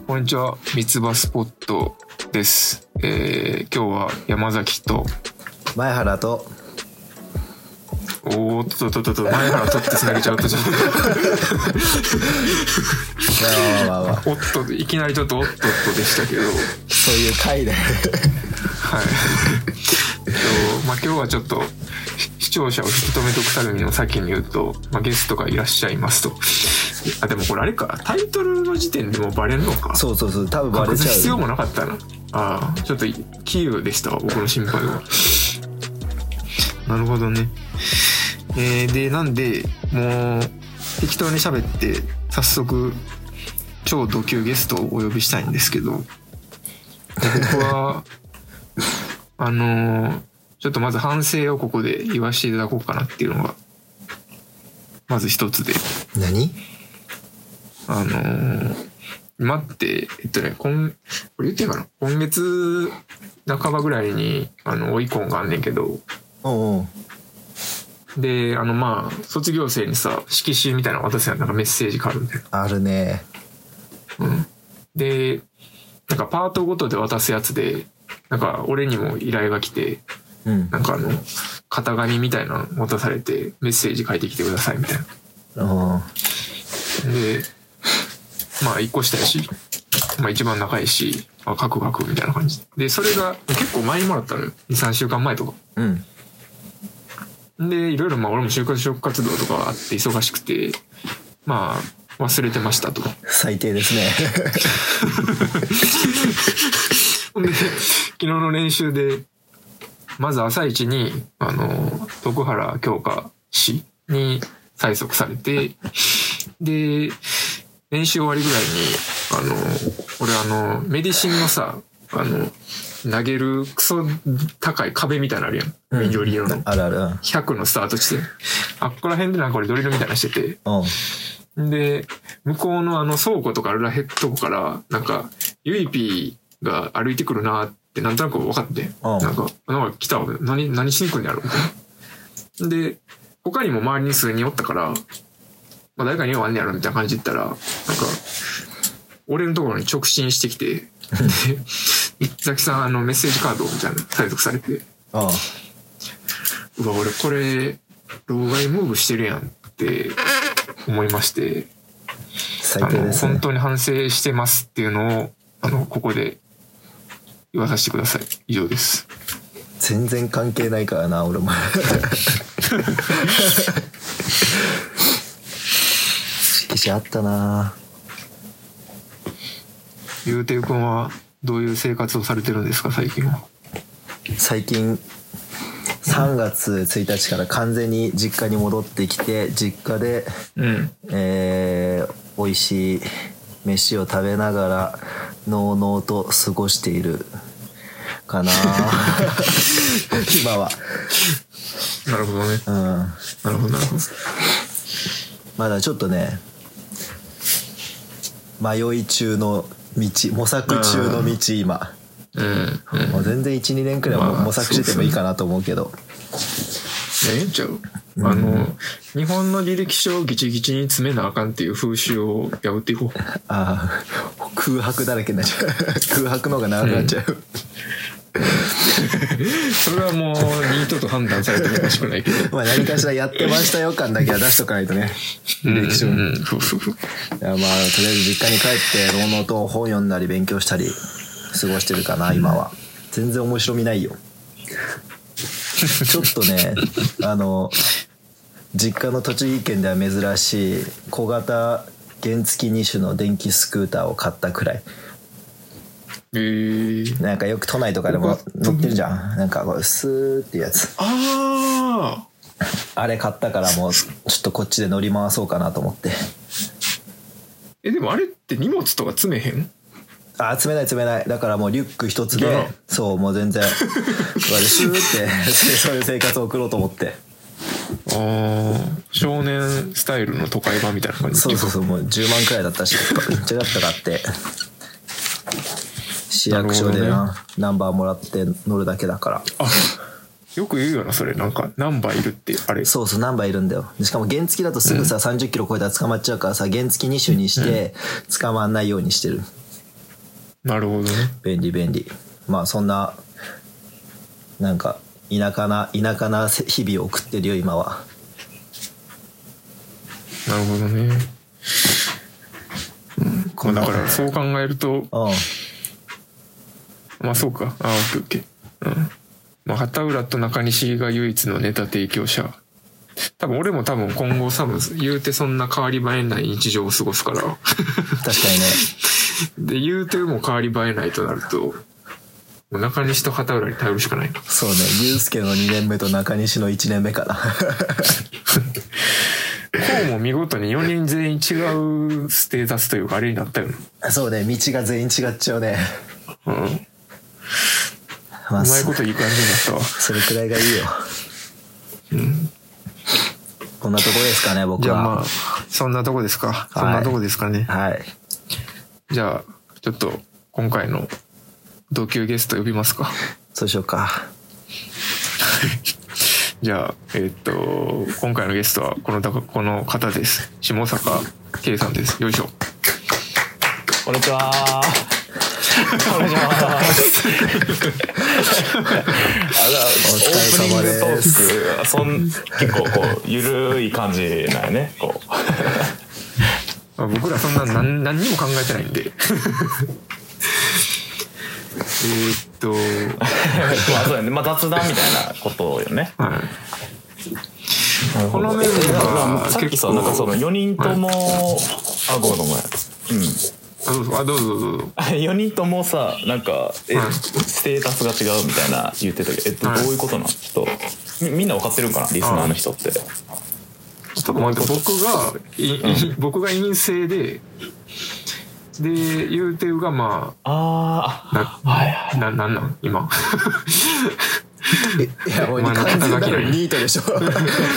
こんにちは、三つ葉スポットです。今日は山崎と前原と前原とってつなげちゃうとちょっとおっといきなりちょっとおっとっとでしたけど、 そういう回ではい今日はちょっと視聴者を引き止めとくためにも先に言うと、ゲストがいらっしゃいますと。でもこれあれか、タイトルの時点でもうバレんのか。 そう多分バレちゃう。 必要もなかったな。ちょっとキーウでしたわ、僕の心配は。なるほどね。でなんでもう適当に喋って早速超ド級ゲストをお呼びしたいんですけど、僕はちょっとまず反省をここで言わせていただこうかなっていうのがまず一つで。 何？ 今ってこれ言っていいかな、今月半ばぐらいに追い込んがあんねんけど、で卒業生にさ色紙みたいなの渡すやん、なんかメッセージカードみたいな。 あるね。 でなんかパートごとで渡すやつで、なんか俺にも依頼が来て、なんか型紙みたいなの渡されて、メッセージ書いてきてくださいみたいな。で1個下やし、一番仲いいし、書くみたいな感じで、それが結構前にもらったのよ、 2,3 週間前とか。でいろいろ俺も就職活動とかあって忙しくて忘れてましたと。 最低ですね。 で昨日の練習でまず朝一に徳原京香氏に催促されて、で練習終わりぐらいに俺メディシンのさ投げるクソ高い壁みたいなのあるやん、緑色の。 あるある。 100のスタート地点、あっこら辺でなんか俺ドリルみたいなしてて、で向こうの倉庫とかあるらへんとこからなんかゆいぴーが歩いてくるなってなんとなく分かって、なんか来たわ、何しに来るんやろみたいな。で他にも周りに数人おったから、誰かにはあんねやろみたいな感じで言ったら、なんか俺のところに直進してきて、でザキさんメッセージカードみたいな催促されて、うわ俺これ老害ムーブしてるやんって思いまして、 最低ですね。 本当に反省してますっていうのをここで言わさせてください。以上です。 全然関係ないからな俺も。色紙あったな。 ゆうていくんはどういう生活をされてるんですか最近は。 最近3月1日から完全に実家に戻ってきて、実家で、美味しい飯を食べながらのうのうと過ごしているかな。今は。 なるほどね。なるほど。 まだちょっとね、迷い中の道、模索中の道今。もう全然 1,2 年くらい模索しててもいいかなと思うけど。 ええんちゃう？日本の履歴書をギチギチに詰めなあかんっていう風習を破っていこう。 空白だらけになっちゃう。空白の方が長くなっちゃう。 それはもうニートと判断されてもおかしくないけど。 何かしらやってましたよ感だけは出しとかないとね。履歴書に。とりあえず実家に帰ってのうのうと本読んだり勉強したり過ごしてるかな今は。全然面白みないよ。ちょっとね実家の栃木県では珍しい小型原付2種の電気スクーターを買ったくらい。なんかよく都内とかでも乗ってるじゃん。なんかこうスーっていうやつ。あれ買ったからもうちょっとこっちで乗り回そうかなと思って。 でもあれって荷物とか詰めへん？ 詰めない。だからもうリュック一つで、そうもう全然シューってそういう生活を送ろうと思って。 少年スタイルの都会版みたいな感じ。 そうもう10万くらいだったし、ちゃがったかって市役所でナンバーもらって乗るだけだから。 よく言うよなそれ。なんかナンバーいるってあれ。 そうナンバーいるんだよ。しかも原付だとすぐさ、30キロ超えたら捕まっちゃうからさ、原付2種にして捕まんないようにしてる。 なるほどね。 便利。まあそんななんか田舎な日々を送ってるよ今は。 なるほどね。うん、だからそう考えると、まあそうか。オッケー。うん。まあ畑浦と中西が唯一のネタ提供者。多分今後言うてそんな変わり映えない日常を過ごすから。確かにね。 で言うても変わり映えないとなると、中西と畑浦に頼るしかない。 そうね。ゆうすけの2年目と中西の1年目かな。 こうも見事に4人全員違うステータスというかあれになったよね。 そうね。道が全員違っちゃうね。 うん。まあ、うまいこといい感じになったわ。 それくらいがいいよ。うん。こんなとこですかね、僕は。 じゃあまあそんなとこですか。はい、そんなとこですかね。 はい。 じゃあちょっと今回の同級ゲスト呼びますか。 そうしようか。 じゃあ今回のゲストはこの方です。下坂圭さんです。よいしょ。 こんにちは。お願いします。オープニングトーク結構こうゆるい感じなんよね。こう僕らそんな何にも考えてないんで。 まあそうやね。まあ雑談みたいなことよね。はい。 このメンバーさっきさなんかその4人とも、はい、ごめん。うん。 どうぞ。 4人ともさなんかステータスが違うみたいな言ってたけど、どういうことなの？みんな分かってるかなリスナーの人って。ちょっと待って、僕が陰性でゆうてうがまあなんなん今。 いやもう完全なるニートでしょ。今ニ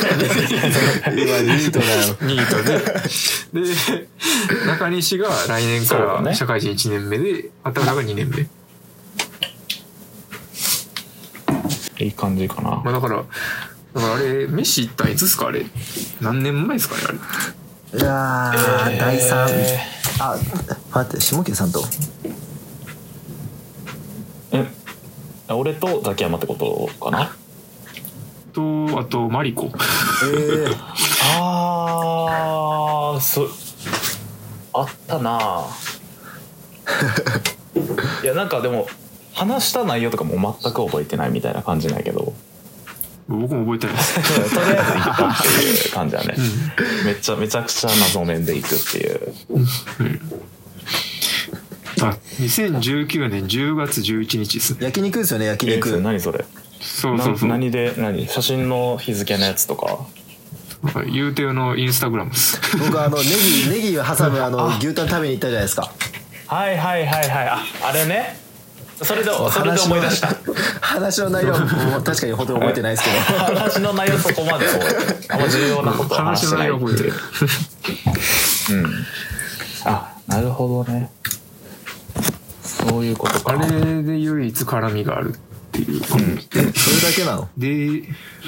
ートだよ。 ニートで中西が来年から社会人1年目で、畑浦が2年目。 いい感じかな。 まあだからあれ飯行ったんいつっすかあれ？何年前ですかねあれ？ いや第3。待って下家さんと。 俺とザキヤマってことかな。 あとマリコ。 あったな。いやなんかでも話した内容とかも全く覚えてないみたいな感じなんやけど。 僕も覚えてないです。 とりあえず行ったっていう感じだね。めちゃくちゃ謎面で行くっていう。 2019年10月11日ですね。 焼肉ですよね。焼肉。 何それ？ そう。 何写真の日付のやつとか。 ゆうてうのインスタグラムです。 僕ネギを挟む牛タン食べに行ったじゃないですか。 はい。あれね。それで思い出した。 話の内容はもう確かにほとんど覚えてないですけど。 話の内容そこまであんま重要なことは話してないっていう。なるほどね。そういうことか。 あれで唯一絡みがあるっていう。それだけなの？ で、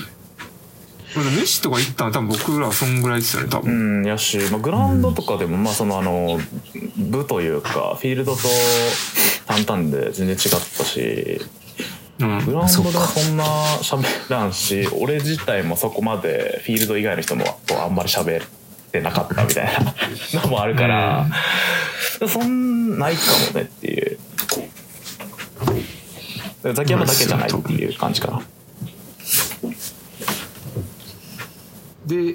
飯とか行ったの多分僕らはそんぐらいですよね多分。 やし、グラウンドとかでもまあその部というかフィールドと淡々で全然違ったし、グラウンドでもそんな喋らんし、俺自体もそこまでフィールド以外の人もあんまり喋ってなかったみたいなのもあるから、そんないかもねっていう。ザキヤマだけじゃないっていう感じかな。 で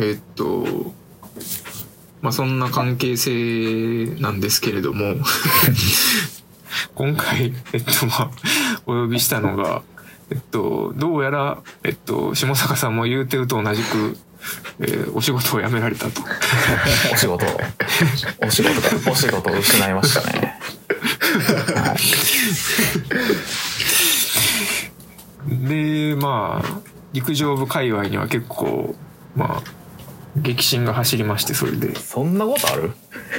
まあそんな関係性なんですけれども今回まあお呼びしたのがどうやら下坂さんもゆうてうと同じくお仕事を辞められたと。 お仕事を失いましたね。 でまあ陸上部界隈には結構まあ激震が走りまして、それでそんなことある？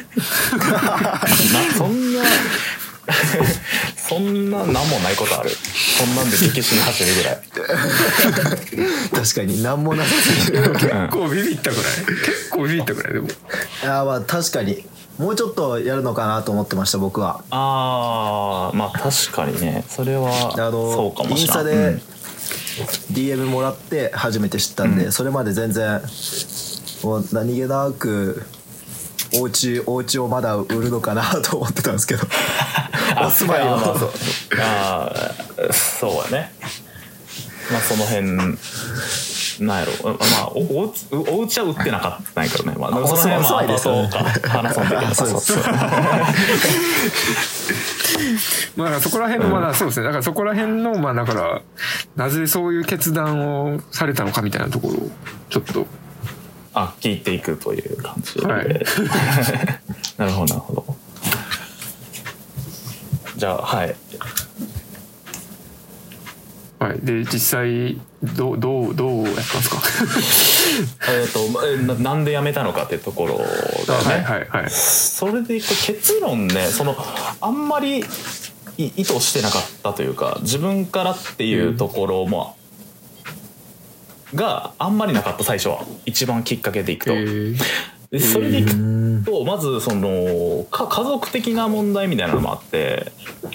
そんな何もないことある？そんなんで激震走るぐらい。確かに何もなさすぎる。 結構ビビったくらいでも。 まあ確かにもうちょっとやるのかなと思ってました僕は。 ああまあ確かにねそれはそうかもしれない。 インスタで DM もらって初めて知ったんで、それまで全然もう何気なくお家をまだ売るのかなと思ってたんですけどお住まいをそうやね。まあその辺なんやろ、まあお家は売ってなかったんやけどね、まあ、その辺はまあ後か話そうんだけどそうまあそこら辺のまだそうですね。だからそこら辺のまあだからなぜそういう決断をされたのかみたいなところをちょっと聞いていくという感じで、 はい、 なるほどなるほど。じゃあはいはい、で実際どうやったんですかなんで辞めたのかっていうところだよね。 はいはいはい。 それでいくと結論ね、あんまり意図してなかったというか自分からっていうところも、があんまりなかった最初は一番きっかけでいくと。でそれでいくとまず家族的な問題みたいなのもあって、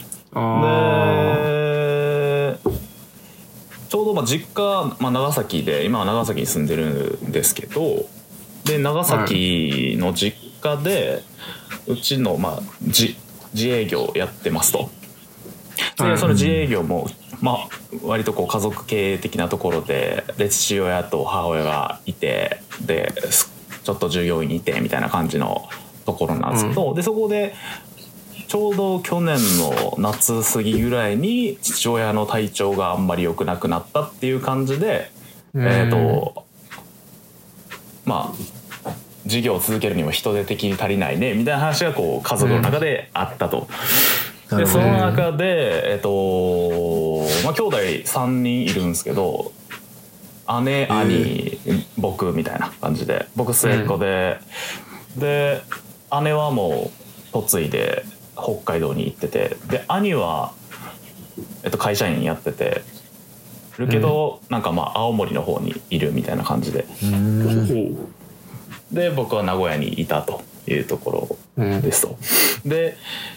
でちょうど実家、長崎で今は長崎に住んでるんですけど、で長崎の実家でうちの自営業やってますと。でその自営業も割と家族経営的なところで父親と母親がいてでちょっと従業員いてみたいな感じのところなんですけど、でそこでちょうど去年の夏過ぎぐらいに父親の体調があんまり良くなくなったっていう感じで、事業を続けるにも人手的に足りないねみたいな話が家族の中であったと。でその中で兄弟3人いるんですけど、姉兄僕みたいな感じで、僕末っ子で、で姉はもう嫁いで北海道に行ってて、で兄は、会社員やっててるけど、なんか青森の方にいるみたいな感じで、で僕は名古屋にいたというところですと。で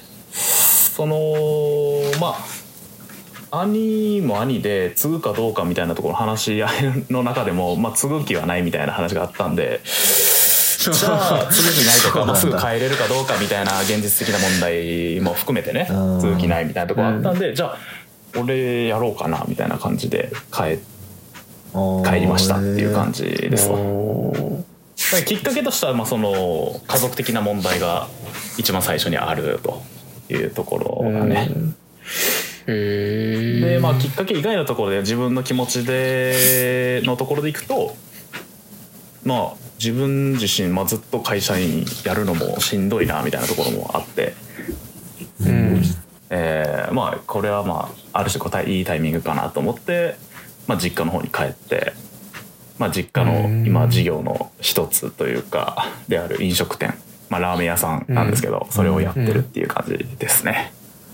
兄も兄で継ぐかどうかみたいなところの話し合いの中でも、継ぐ気はないみたいな話があったんで、じゃあ継ぐ気ないとか、すぐ帰れるかどうかみたいな現実的な問題も含めてね、継ぐ気ないみたいなところあったんで、じゃあ俺やろうかなみたいな感じで帰りましたっていう感じですと。きっかけとしては家族的な問題が一番最初にあるというところがね。できっかけ以外のところで自分の気持ちのところでいくと、自分自身、ずっと会社員やるのもしんどいなみたいなところもあって、これはある種いいタイミングかなと思って、実家の方に帰って、実家の今事業の一つというかである飲食店、ラーメン屋さんなんですけど、それをやってるっていう感じですね。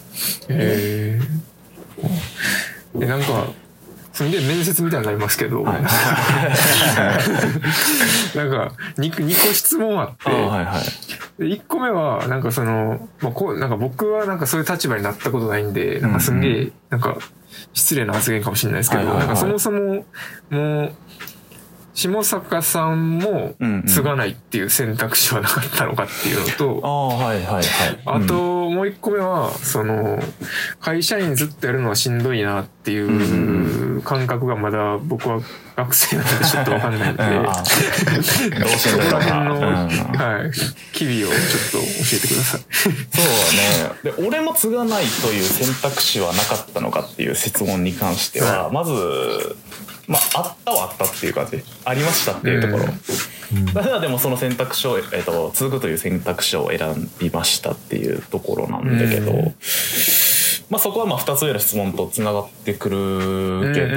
なんかすんげえ面接みたいになりますけど、なんか 2個質問あって、1個目はなんかなんか僕はなんかそういう立場になったことないんで、なんかすんげえなんか失礼な発言かもしれないですけど、なんかそもそももう下坂さんも継がないっていう選択肢はなかったのかっていうのと、あともう一個目は会社員ずっとやるのはしんどいなっていう感覚がまだ僕は学生なんでちょっと分かんないんで、そこら辺の機微をちょっと教えてください。 そうだね。で俺も継がないという選択肢はなかったのかっていう質問に関しては、まずあったはあったっていう感じ、ありましたっていうところ、だからでもその選択肢を、継ぐという選択肢を選びましたっていうところなんだけど、そこは2つ目の質問とつながってくるけ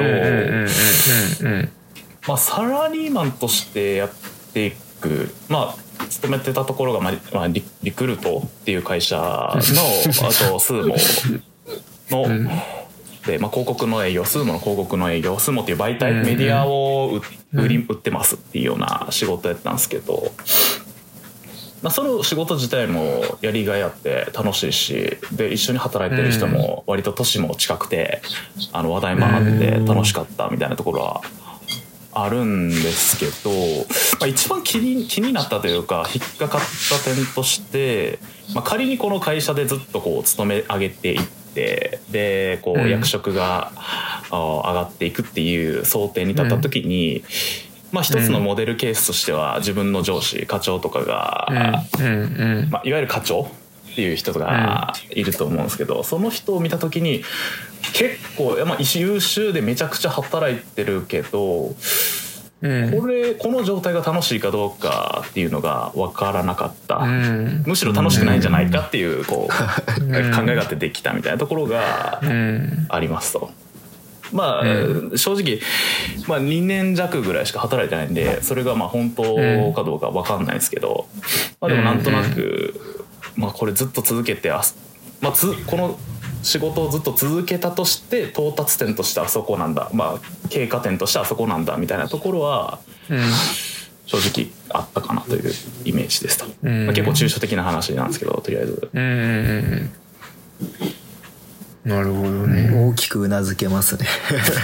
ど、サラリーマンとしてやっていく、勤めてたところが、リクルートっていう会社のあとスーモので、広告の営業、スーモの広告の営業、スーモっていう媒体、メディアを売ってますっていうような仕事やったんですけど、 その仕事自体もやりがいあって楽しいし、で一緒に働いてる人も割と年も近くて話題もあって楽しかったみたいなところはあるんですけど、一番気になったというか引っかかった点として、仮にこの会社でずっとこう勤め上げていってでこう役職が上がっていくっていう想定に立った時に、一つのモデルケースとしては自分の上司課長とかが、いわゆる課長っていう人がいると思うんですけど、その人を見た時に結構、優秀でめちゃくちゃ働いてるけど、この状態が楽しいかどうかっていうのが分からなかった、むしろ楽しくないんじゃないかっていうこう考えが出てきたみたいなところがありますと。正直、2年弱ぐらいしか働いてないんでそれが本当かどうか分かんないですけど、でもなんとなく、これずっと続けてこの仕事をずっと続けたとして到達点としてあそこなんだ、経過点としてあそこなんだみたいなところは正直あったかなというイメージですと。結構抽象的な話なんですけど、とりあえず。 なるほどね。 大きくうなずけますね。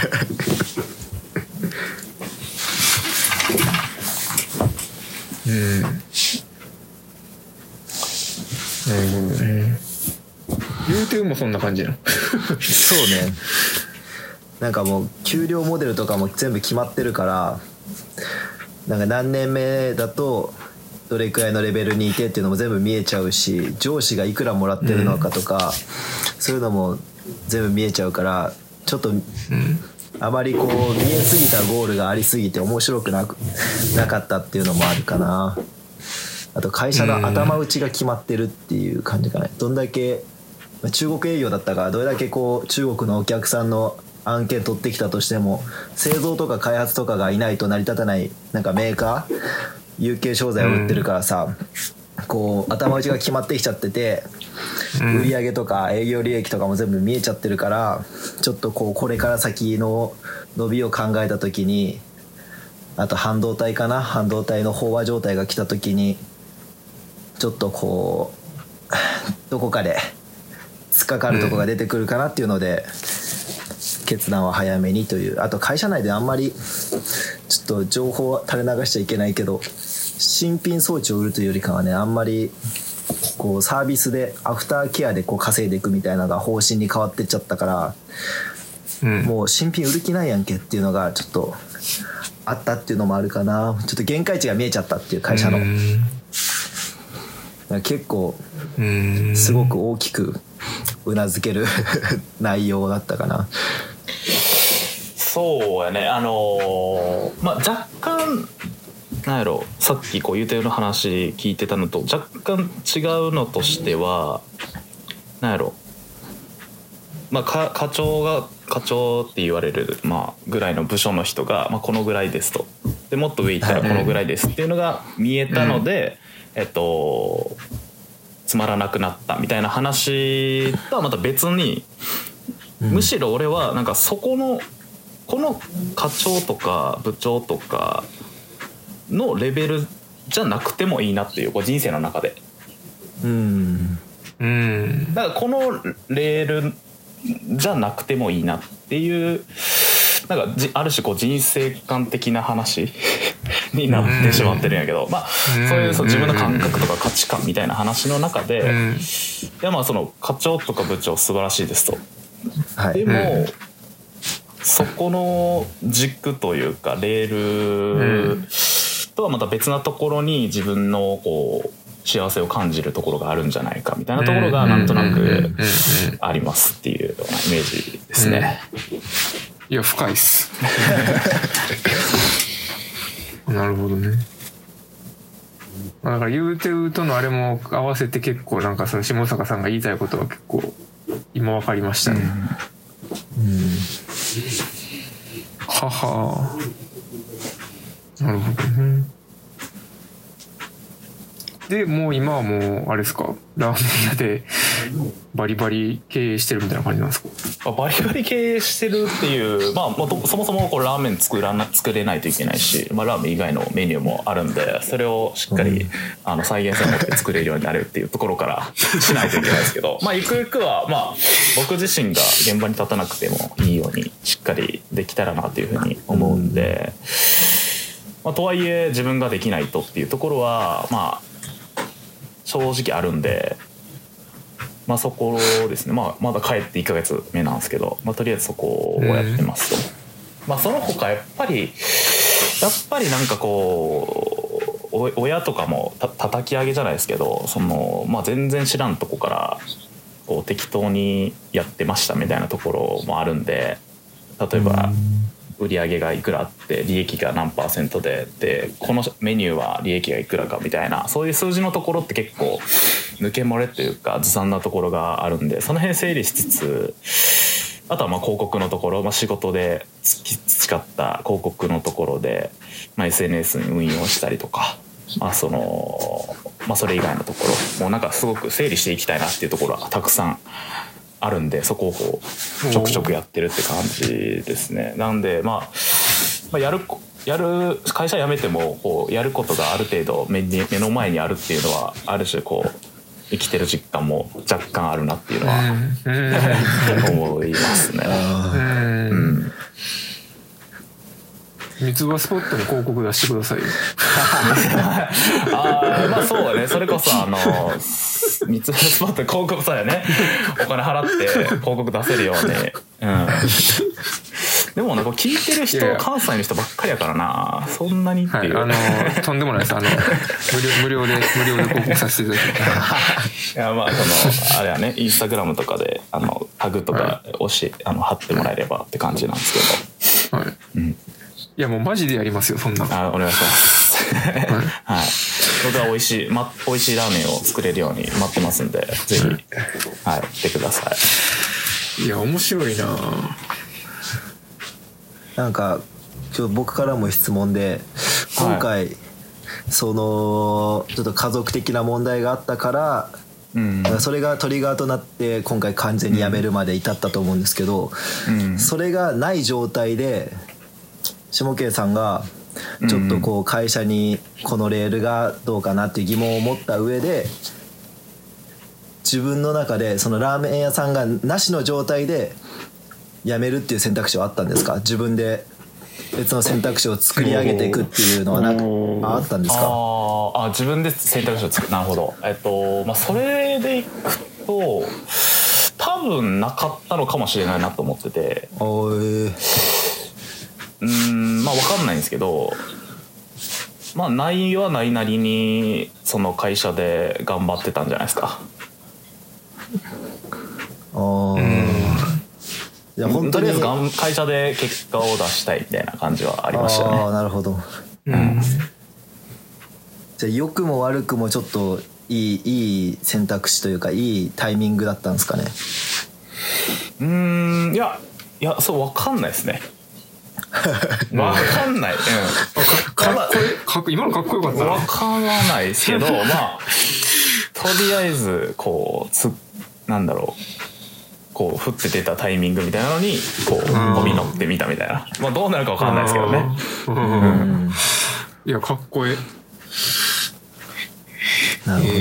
なるほどね。言うてもそんな感じなの。 そうね。なんかもう給料モデルとかも全部決まってるから、なんか何年目だとどれくらいのレベルにいてっていうのも全部見えちゃうし、上司がいくらもらってるのかとか、そういうのも全部見えちゃうから、ちょっとあまりこう見えすぎたゴールがありすぎて面白くなかったっていうのもあるかな。あと会社の頭打ちが決まってるっていう感じかな。どんだけ中国営業だったからどれだけこう中国のお客さんの案件取ってきたとしても製造とか開発とかがいないと成り立たないなんかメーカー有形商材を売ってるからさ、こう頭打ちが決まってきちゃってて、売上とか営業利益とかも全部見えちゃってるから、ちょっとこれから先の伸びを考えた時に、あと半導体の飽和状態が来た時にちょっとこうどこかで突っかかるとこが出てくるかなっていうので、決断は早めにという。あと会社内であんまりちょっと情報は垂れ流しちゃいけないけど、新品装置を売るというよりかはね、あんまりこうサービスでアフターケアでこう稼いでいくみたいなのが方針に変わってっちゃったから、もう新品売る気ないやんけっていうのがちょっとあったっていうのもあるかな。ちょっと限界値が見えちゃったっていう会社の、結構すごく大きくうなずける内容だったかな。 そうやね。若干なんやろ、さっきこう言うてる話聞いてたのと若干違うのとしては、なんやろ、課長って言われるぐらいの部署の人が、このぐらいですと、でもっと上行ったらこのぐらいですっていうのが見えたので、つまらなくなったみたいな話とはまた別に、むしろ俺はなんかこの課長とか部長とかのレベルじゃなくてもいいなっていう、人生の中で。だからこのレールじゃなくてもいいなっていう、なんかある種こう人生観的な話になってしまってるんやけど、そういう自分の感覚とか価値観みたいな話の中で、いやその課長とか部長素晴らしいですと。でも、そこの軸というかレールとはまた別なところに自分のこう幸せを感じるところがあるんじゃないかみたいなところがなんとなくありますっていうようなイメージですね。 いや深いっす。なるほどね。だから言うてうとのあれも合わせて結構なんかその下坂さんが言いたいことは結構今分かりましたね。はは。なるほどね。でもう今はもうあれですか、ラーメン屋でバリバリ経営してるみたいな感じなんですか？ バリバリ経営してるっていう、まあ、そもそもこうラーメン作れないといけないし、まあ、ラーメン以外のメニューもあるんで、それをしっかり、再現性を持って作れるようになるっていうところからしないといけないですけど、まあゆくゆくは、まあ、僕自身が現場に立たなくてもいいようにしっかりできたらなというふうに思うんで、まあ、とはいえ自分ができないとっていうところは、まあ、正直あるんで、まあ、そこですね、まあ、まだ帰って1ヶ月目なんですけど、まあ、とりあえずそこをやってますと、まあ、その他やっぱりなんかこう親とかも叩き上げじゃないですけど、まあ、全然知らんとこからこう適当にやってましたみたいなところもあるんで、例えば売り上げがいくらあって利益が何%でこのメニューは利益がいくらかみたいな、そういう数字のところって結構抜け漏れというかずさんなところがあるんで、その辺整理しつつ、あとはまあ広告のところ、まあ、仕事で培った広告のところで、まあ、SNS に運用したりとか、まあまあ、それ以外のところもうなんかすごく整理していきたいなっていうところはたくさんあるんで、そこをこうちょくちょくやってるって感じですね。なんで、まあ、やる会社辞めてもこうやることがある程度目の前にあるっていうのは、ある種こう生きてる実感も若干あるなっていうのは思いますね。 三つ葉スポットに広告出してくださいよ。 まあそうね、それこそ三つ葉スポットに広告さえね、お金払って広告出せるように、でもなんか聞いてる人関西の人ばっかりやからな、そんなにっていう、 とんでもないです。無料で広告させていただきます。 いや、まああれはね、インスタグラムとかでタグとか貼ってもらえればって感じなんですけど、はい、 いやもうマジでやりますよ、そんな。 お願いします。はい。僕は美味しいラーメンを作れるように待ってますんで、ぜひ、はい、来てください。いや面白いな。 なんか僕からも質問で、今回、ちょっと家族的な問題があったから、それがトリガーとなって今回完全に辞めるまで至ったと思うんですけど、それがない状態で下圭さんがちょっとこう会社にこのレールがどうかなっていう疑問を持った上で、自分の中でそのラーメン屋さんがなしの状態で辞めるっていう選択肢はあったんですか？自分で別の選択肢を作り上げていくっていうのはあったんですか？ 自分で選択肢を作る。なるほど。まあ、それでいくと多分なかったのかもしれないなと思ってて、まあ分かんないんですけど、まあないはないなりにその会社で頑張ってたんじゃないですか。いや本当にとりあえず会社で結果を出したいみたいな感じはありましたね。 なるほど。じゃあ良くも悪くもちょっといい選択肢というかいいタイミングだったんですかね。 いやそう分かんないですね。分かんない。 今のかっこよかったな。 分からないですけど、まあとりあえずこうなんだろう。こう降って出たタイミングみたいなのにこう飛び乗ってみたみたいな、まあどうなるか分かんないですけどね。 いやかっこいい。 なるほ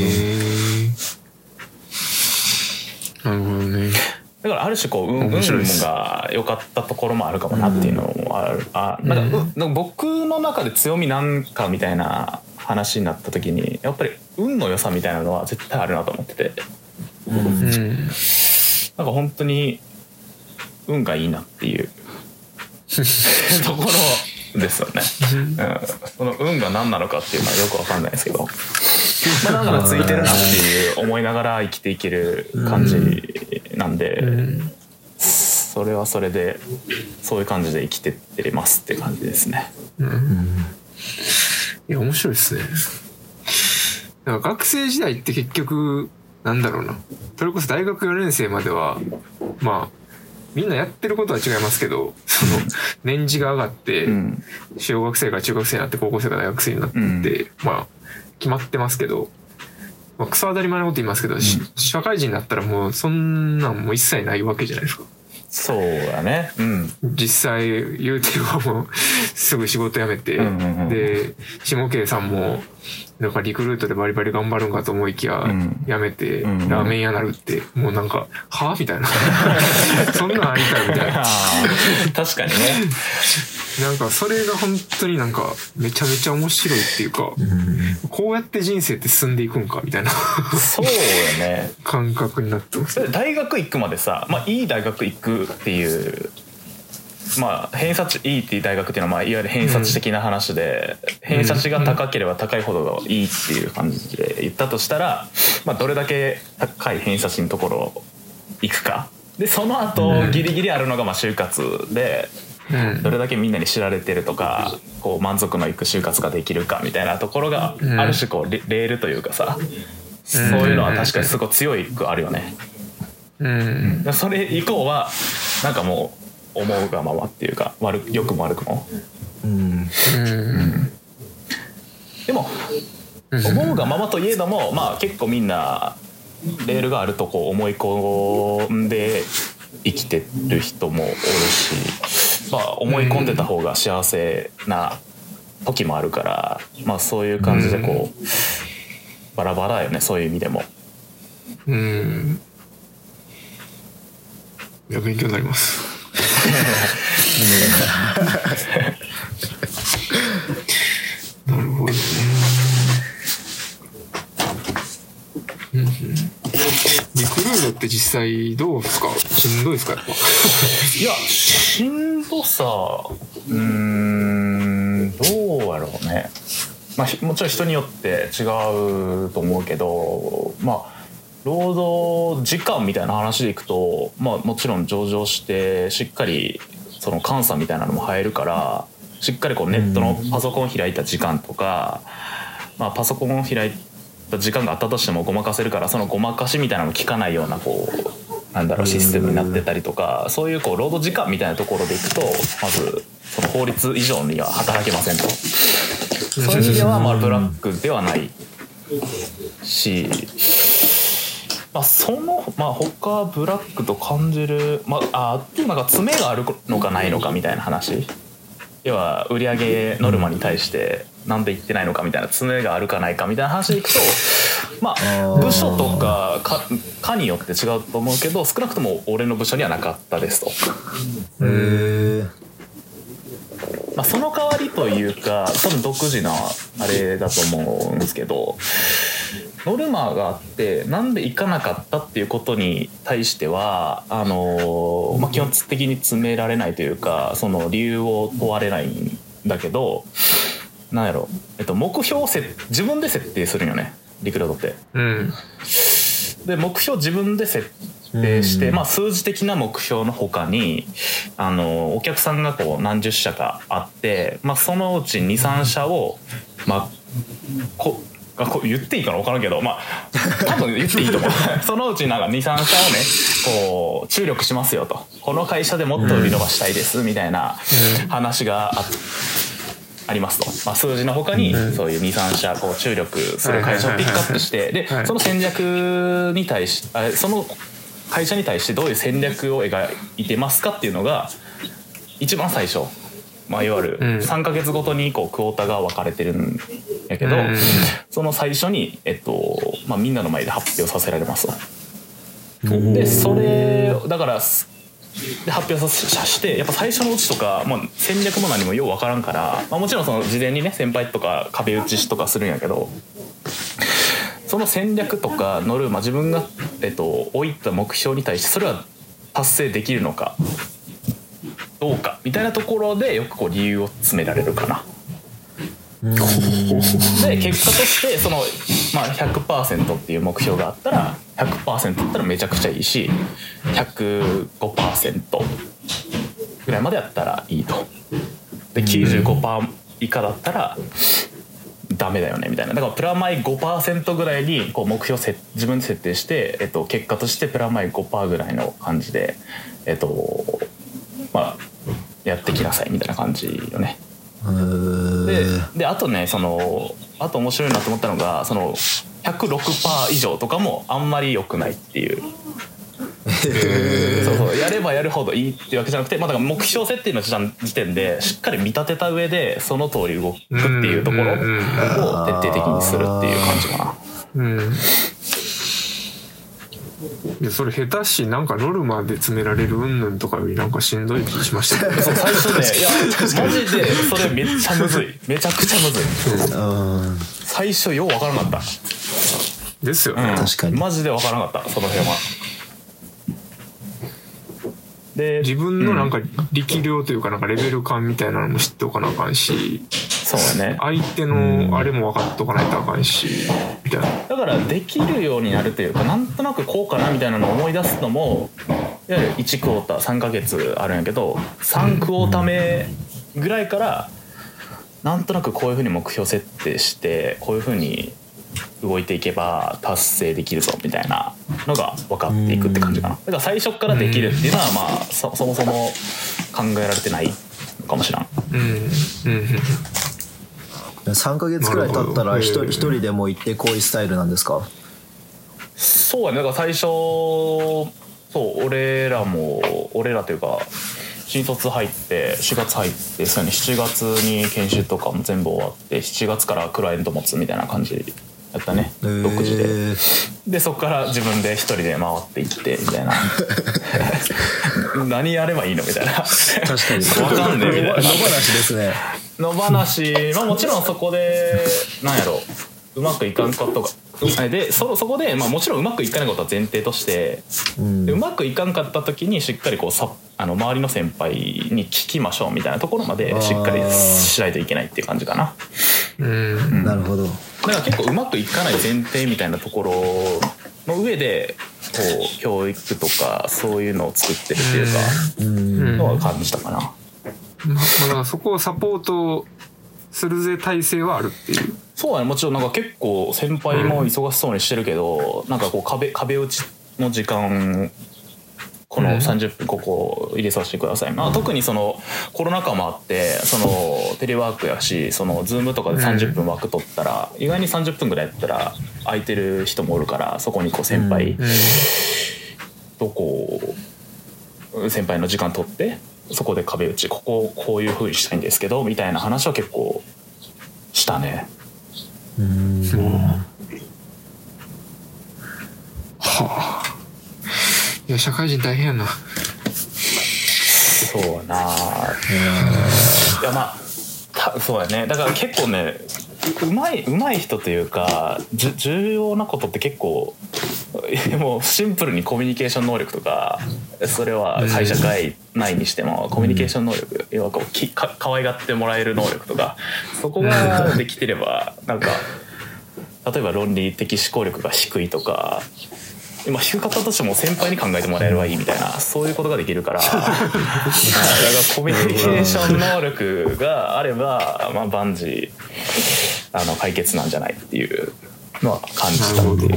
ど。なるほどね。 だからある種こう運が良かったところもあるかもなっていうのもある。なんか僕の中で強みなんかみたいな話になった時にやっぱり運の良さみたいなのは絶対あるなと思ってて。なんか本当に運がいいなっていうところですよね。その運が何なのかっていうのはよく分かんないですけど、まあだからついてるなっていう思いながら生きていける感じなんで、それはそれでそういう感じで生きてってますって感じですね。 いや面白いですね。なんか学生時代って結局なんだろうな、それこそ大学4年生まではまあみんなやってることは違いますけど、その年次が上がって小学生から中学生になって高校生から大学生になって、まあ決まってますけど、 まあ、クソ当たり前のこと言いますけど、社会人になったらもうそんなんもう一切ないわけじゃないですか。 そうだね。うん。 実際言うてはもうすぐ仕事辞めて、で下圭さんもなんかリクルートでバリバリ頑張るんかと思いきや、辞めてラーメン屋なるってもうなんかはみたいなそんなんありかよみたいな確かにね。 なんかそれが本当になんかめちゃめちゃ面白いっていうか、こうやって人生って進んでいくんかみたいなそうよね感覚になってます。 大学行くまでさ、まあ、いい大学行くっていうまあ偏差値いいっていう大学っていうのはまあいわゆる偏差値的な話で、偏差値が高ければ高いほどいいっていう感じで言ったとしたら、まあ、どれだけ高い偏差値のところ行くかでその後ギリギリあるのがまあ就活で、どれだけみんなに知られてるとかこう満足のいく就活ができるかみたいなところがある種こうレールというかさ、そういうのは確かにすごい強くあるよね。それ以降はなんかもう思うがままっていうか良くも悪くも、でも思うがままといえどもまあ結構みんなレールがあるとこう思い込んで生きてる人もおるし、まあ思い込んでた方が幸せな時もあるから、まあそういう感じでこうバラバラよね、そういう意味でも。 いや勉強になりますなるほどね。リクルートって実際どうですか？しんどいですかやっぱいやしんどさどうやろうね。まあもちろん人によって違うと思うけど、まあ労働時間みたいな話でいくと、まあもちろん上場してしっかりその監査みたいなのも入るから、しっかりこうネットのパソコン開いた時間とか、まあパソコンを開いた時間があったとしてもごまかせるから、そのごまかしみたいなのも効かないようなこうなんだろうシステムになってたりとか、そういうこう労働時間みたいなところでいくと、まずその法律以上には働けませんと。そういう意味ではまあブラックではないし。まあ、まあ他ブラックと感じる、まあとなんか詰めがあるのかないのかみたいな話、要は売上ノルマに対してなんで言ってないのかみたいな詰めがあるかないかみたいな話でいくと、まあ部署とか課によって違うと思うけど、少なくとも俺の部署にはなかったですと。まあ、その代わりというか多分独自なあれだと思うんですけど、ノルマがあってなんで行かなかったっていうことに対してはまあ、基本的に詰められないというか、その理由を問われないんだけど、なんやろ、目標を自分で設定するんよねリクルートって。で目標自分で設定して、まあ、数字的な目標の他にお客さんがこう何十社かあって、まあ、そのうち 2,3 社をまあ言っていいかな分からんけど、まあ多分言っていいと思うそのうちなんか 2,3 社をねこう注力しますよと、この会社でもっと売り伸ばしたいですみたいな話がありますと、まあ、数字の他にそういう 2,3 社こう注力する会社をピックアップして、でその戦略に対しその会社に対してどういう戦略を描いてますかっていうのが一番最初、まあ、いわゆる3ヶ月ごとにこうクォーターが分かれてるんやけど、その最初に、まあ、みんなの前で発表させられますと。でそれだからで発表してやっぱ最初のうちとか、まあ、戦略も何もよう分からんから、まあ、もちろんその事前にね先輩とか壁打ちしとかするんやけど、その戦略とかノルマ自分が、置いた目標に対してそれは達成できるのかどうかみたいなところでよくこう理由を詰められるかな。で結果としてその、まあ、100% っていう目標があったら 100% だったらめちゃくちゃいいし 105% ぐらいまでやったらいいと。で 95% 以下だったらダメだよねみたいな。だからプラマイ 5% ぐらいにこう目標自分で設定して、結果としてプラマイ 5% ぐらいの感じでまあやってきなさいみたいな感じよね。であとねあと面白いなと思ったのがその 100% 106% 以上とかもあんまり良くないっていう。そうそう、やればやるほどいいっていうわけじゃなくて、まあ、だから目標設定の時点でしっかり見立てた上でその通り動くっていうところを徹底的にするっていう感じかな。 いやそれ下手しなんかノルマで詰められる云々とかよりなんかしんどい気しましたけどそう最初ね、いやマジでそれめっちゃむずい、めちゃくちゃむずい。最初ようわからなかったですよね、 確かにマジでわからなかった、その辺は。で自分のなんか力量というかなんかレベル感みたいなのも知っておかなあかんし、 そうだね、 相手のあれも分かっとかないとあかんしみたいな。 だからできるようになるというか、なんとなくこうかなみたいなのを思い出すのも、いわゆる1クォーター3ヶ月あるんやけど、3クォーター目ぐらいからなんとなくこういうふうに目標設定してこういうふうに動いていけば達成できるぞみたいなのが分かっていくって感じかな。だから最初からできるっていうのはまあそもそも考えられてないのかもしれん。 3ヶ月くらい経ったら一人でも行ってこういうスタイルなんですか？ そうやね、だから最初そう俺らというか新卒入って4月入ってさらに7月に研修とかも全部終わって7月からクライアント持つみたいな感じやったね、独自でそこから自分で一人で回っていってみたいな何やればいいのみたいな確かに分かんねえみたいな野放しですね。 野放し、まあもちろんそこでなんやろうまくいかんことがでそこで、まあ、もちろんうまくいかないことは前提として、うまくいかんかった時にしっかりこう周りの先輩に聞きましょうみたいなところまでしっかりしないといけないっていう感じかな。 なるほど。 だから結構うまくいかない前提みたいなところの上でこう教育とかそういうのを作ってるっていうかのは感じたかな。 まあだからそこをサポートするぜ体制はあるっていう。 そうだね、もちろんなんか結構先輩も忙しそうにしてるけど、なんかこう壁打ちの時間この30分ここ入れさせてください、まあ、特にそのコロナ禍もあってそのテレワークやしその Zoom とかで30分枠取ったら意外に30分ぐらいやったら空いてる人もおるからそこにこう先輩とこう先輩の時間取ってそこで壁打ちこういう風にしたいんですけどみたいな話は結構したね。 はあ。いや社会人大変やな。 そうやな。いやまあそうやね。だから結構ねうまい人というか重要なことって結構もうシンプルにコミュニケーション能力とかそれは会社内にしてもコミュニケーション能力要はこう可愛がってもらえる能力とかそこができてればなんか例えば論理的思考力が低いとか今低かったとしても先輩に考えてもらえればいいみたいなそういうことができるからだからコミュニケーション能力があれば、まあ、万事解決なんじゃないっていうのは感じたっていう。 な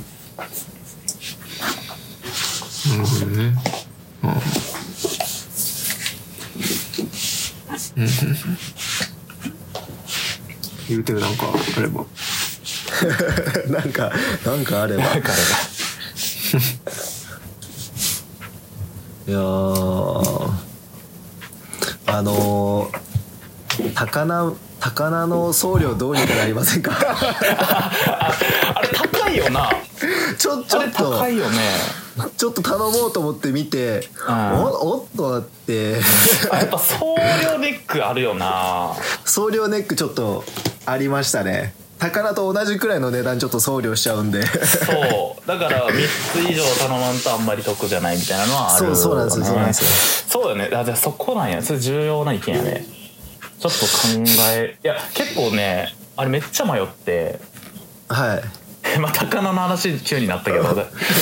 るほどね。言うてるなんかあればなんかあればいや高菜の送料どうにかなりませんか？ あれ高いよな。 ちょっと高いよね。 ちょっと頼もうと思って見て、おっとって。 やっぱ送料ネックあるよな。 送料ネックちょっとありましたね。高菜と同じくらいの値段ちょっと送料しちゃうんで。そうだから3つ以上頼まんとあんまり得じゃないみたいなのはある、ね、 そうなんですよそうだよね。じゃあそこなんや。それ重要な意見やね。ちょっといや結構ねあれめっちゃ迷ってはいまあ高菜の話急になったけどラ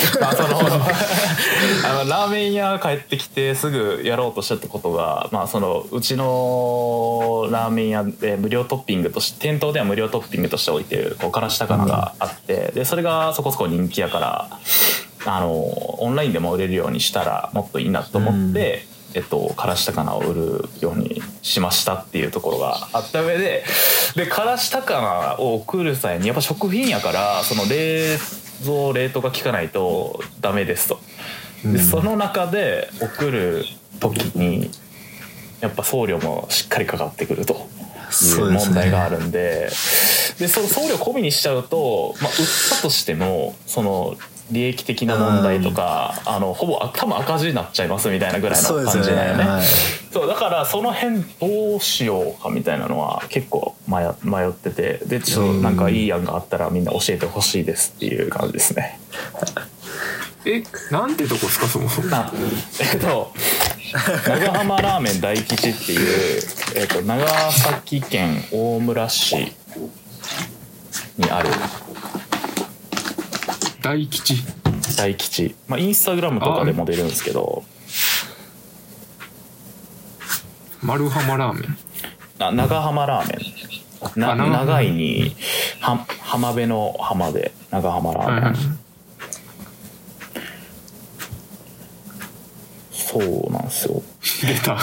ーメン屋帰ってきてすぐやろうとしたってことが、まあ、うちのラーメン屋で無料トッピングとして店頭では無料トッピングとして置いてるこうからし高菜があってでそれがそこそこ人気やからオンラインでも売れるようにしたらもっといいなと思って、 からし高菜を売るようにしましたっていうところがあった上で、からし高菜を送る際にやっぱ食品やからその冷凍が効かないとダメですと。でその中で送る時にやっぱ送料もしっかりかかってくるという問題があるんで、その送料込みにしちゃうと、売ったとしてもその利益的な問題とか、ほぼ多分赤字になっちゃいますみたいなぐらいの感じなんよね。そうだからその辺どうしようかみたいなのは結構迷ってて、でなんかいい案があったらみんな教えてほしいですっていう感じですね。 なんてとこですかそもそも。 長浜ラーメン大吉っていう、長崎県大村市にある大吉、 インスタグラムとかでも出るんですけど、 丸浜ラーメン、 長浜ラーメン、長いに浜辺の浜で長浜ラーメン、そうなんですよ。 出た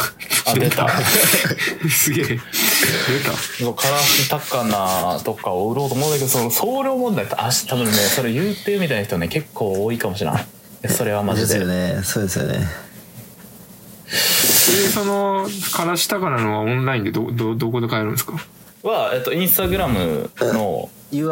すげえ出た。 からし高菜とかを売ろうと思うんだけど、その送料問題って多分ねそれ言うてみたいな人ね結構多いかもしれない。それはマジで。 ですよね。そうですよね。 そのからし高菜のはオンラインでどこで買えるんですか？ インスタグラムの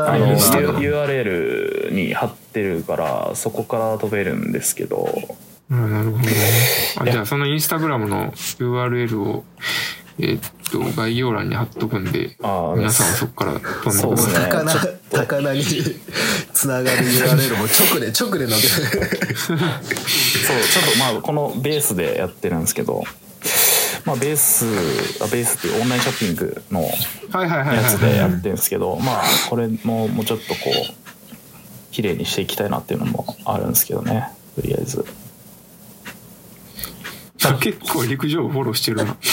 URL に貼ってるからそこから飛べるんですけど。 なるほどね。じゃあそのインスタグラムの URL を概要欄に貼っとくんで、皆さんはそこから飛んでください。 そうですね。高菜につながる URL も直で載っける。 そうちょっとこのベースでやってるんですけど、ベースっていうオンラインショッピングのやつでやってるんですけど、これもうちょっとこう綺麗にしていきたいなっていうのもあるんですけどね。とりあえず。 結構陸上フォローしてるな。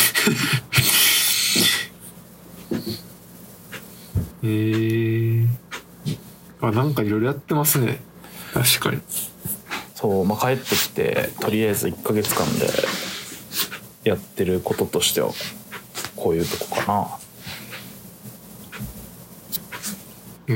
なんかいろいろやってますね。確かに。 そう、帰ってきてとりあえず1ヶ月間でやってることとしてはこういうとこかな。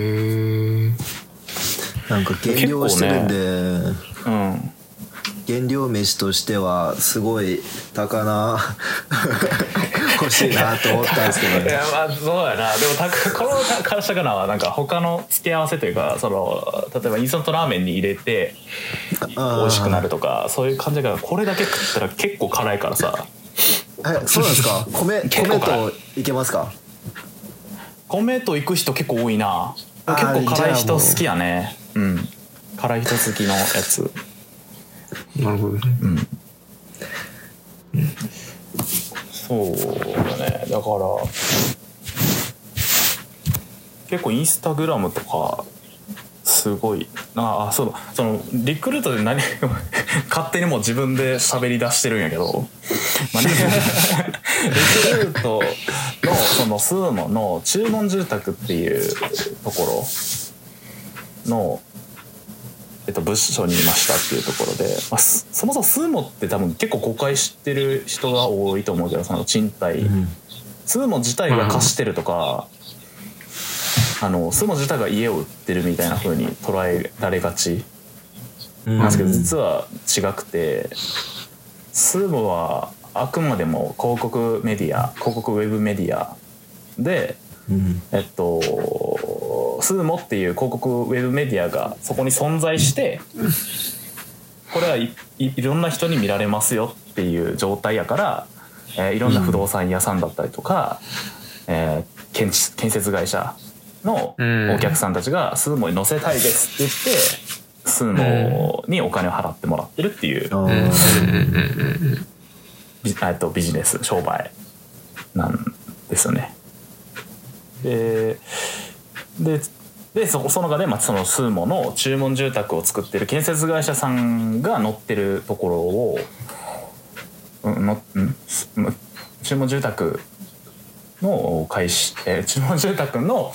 なんか減量してるんで、原料飯としてはすごい高菜欲しいなと思ったんですけどね。 いやそうやな。でもこのからし高菜はなんか他の付け合わせというか、例えばインスタントラーメンに入れて美味しくなるとかそういう感じだから、これだけ食ったら結構辛いからさ。 そうなんですか？米といけますか？ 米といく人結構多いな。結構辛い人好きやね。辛い人好きのやつ。 なるほどね。 そうだね。だから結構インスタグラムとかすごいそうだ、そのリクルートで勝手にもう自分で喋り出してるんやけど、リクルートのそのスーモの注文住宅っていうところの部署にいましたっていうところで、そもそもスーモって多分結構誤解してる人が多いと思うけど、その賃貸、スーモ自体が貸してるとか、スーモ自体が家を売ってるみたいな風に捉えられがちなんですけど、実は違くて、スーモはあくまでも広告ウェブメディアで、スーモっていう広告ウェブメディアがそこに存在して、これはいろんな人に見られますよっていう状態やから、いろんな不動産屋さんだったりとか、建設会社のお客さんたちがスーモに載せたいですって言ってスーモにお金を払ってもらってるっていうビジネス商売なんですよね。でその中で、そのスーモの注文住宅を作ってる建設会社さんが載ってるところを、注文住宅の注文住宅の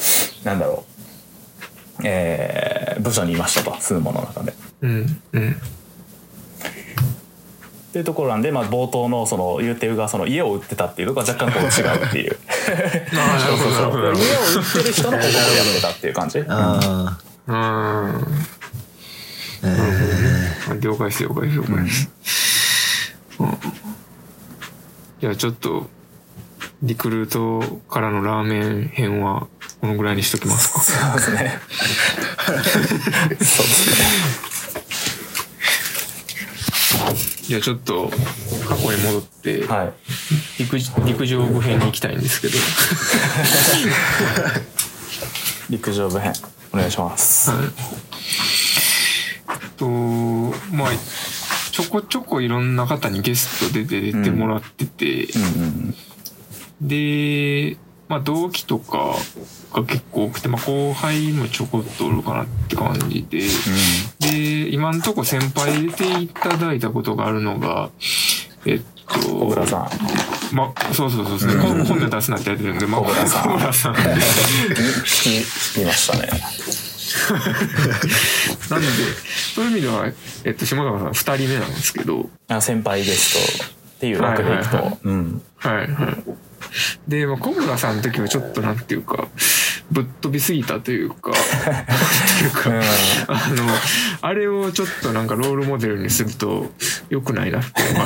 部署にいましたと、スーモの中で。 っていうところなんで、まあ、冒頭のその言うてるがその家を売ってたっていうのが若干こう違うっていうそう家を売ってる人の広告をやってたっていう感じ。 ああ、了解です了解です了解です。じゃあちょっとリクルートからのラーメン編はこのぐらいにしときますか。 そうですね。そうですね。 じゃあちょっと過去に戻って、はい、陸上部編に行きたいんですけど陸上部編お願いします。はい、 まあちょこちょこいろんな方にゲストで出てもらってて、で、まあ、同期とかが結構多くて、まあ、後輩もちょこっとおるかなって感じで、で今のとこ先輩出ていただいたことがあるのが小倉さん、 まあ、そう、本で出すなってやってるんで、まあ、 小倉さん聞きましたね。 なんでそういう意味では、下川さん2人目なんですけど、 先輩ゲストっていう枠でいくと、 はいはい。で、まあ、小村さんの時はちょっとなんていうかぶっ飛びすぎたというかあれをちょっとなんかロールモデルにすると良くないなって思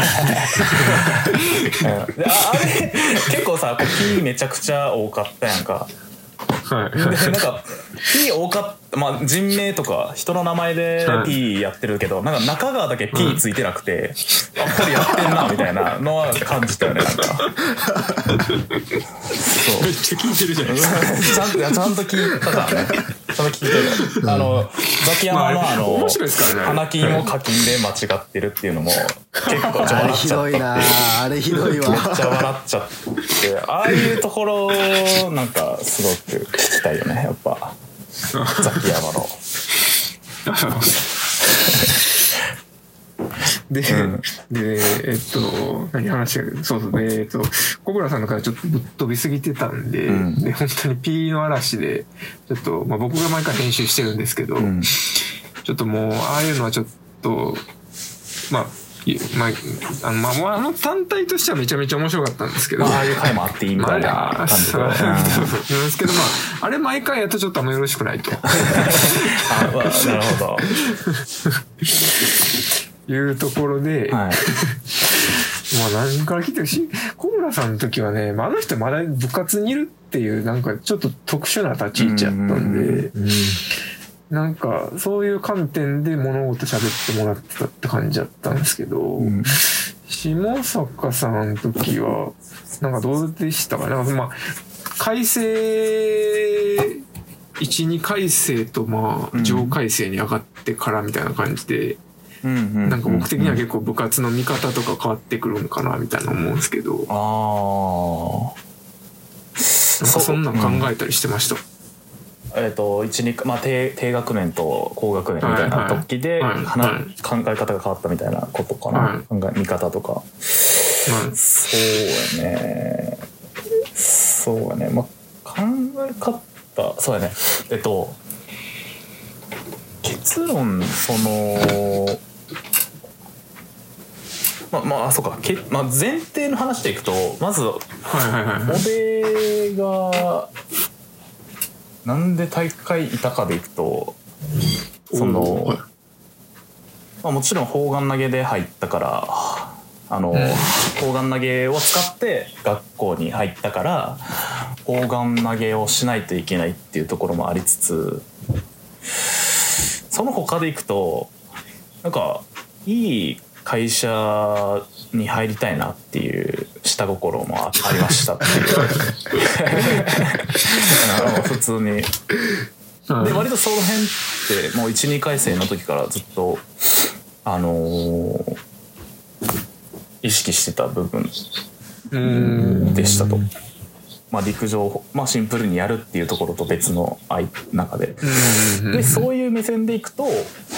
ってあれ結構さPめちゃくちゃ多かったやんか。 はい、 でなんか P 多かった、まあ、人名とか人の名前で P やってるけど、なんか中川だけ P ついてなくて、あこれやってんなみたいなのは感じたよね。なんかそうめっちゃ聞いてるじゃないですか。 ちゃんと聞いたからね。ちゃんと聞いてる。ザキヤマの面白いですからね。 花金を課金で間違ってるっていうのも結構あれひどいな。あれひどいわ。 めっちゃ笑っちゃって、ああいうところなんかすごく聞きたいよね。やっぱザキヤマの。 で、何話が、そうで、小倉さんのからちょっとぶっ飛びすぎてたんで、で本当に P の嵐で、ちょっと、まあ、僕が毎回編集してるんですけど、ちょっともう、ああいうのはちょっと、まあ単体としてはめちゃめちゃ面白かったんですけど、 ああいう回もあっていいみたいな感じで。 ですけど、まあ、あれ毎回やとちょっとあんまよろしくないと。なるほど。 いうところで、はい、まあ何から聞いてるし、小村さんの時はね、あの人まだ部活にいるっていうなんかちょっと特殊な立ち位置やったんで、なんかそういう観点で物事喋ってもらってたって感じだったんですけど、下坂さんの時はなんかどうでしたかね。まあ改正1、2改正とまあ上改正に上がってからみたいな感じで。なんか僕的には結構部活の見方とか変わってくるのかなみたいな思うんですけど、なんかそんなん考えたりしてました。 まあ、低学年と高学年みたいな時で考え方が変わったみたいなことかな、見方とか、そうやね、まあ、考え方そうやね、結論そうか、前提の話でいくと、まず俺がなんで大会いたかでいくと、もちろん砲丸投げで入ったから、砲丸投げを使って学校に入ったから砲丸投げをしないといけないっていうところもありつつ、その他でいくとなんかいい会社に入りたいなっていう下心もありましたっていう普通に。で割とその辺ってもう 1,2 回生の時からずっと意識してた部分でしたと。陸上、シンプルにやるっていうところと別の中で、でそういう目線でいくと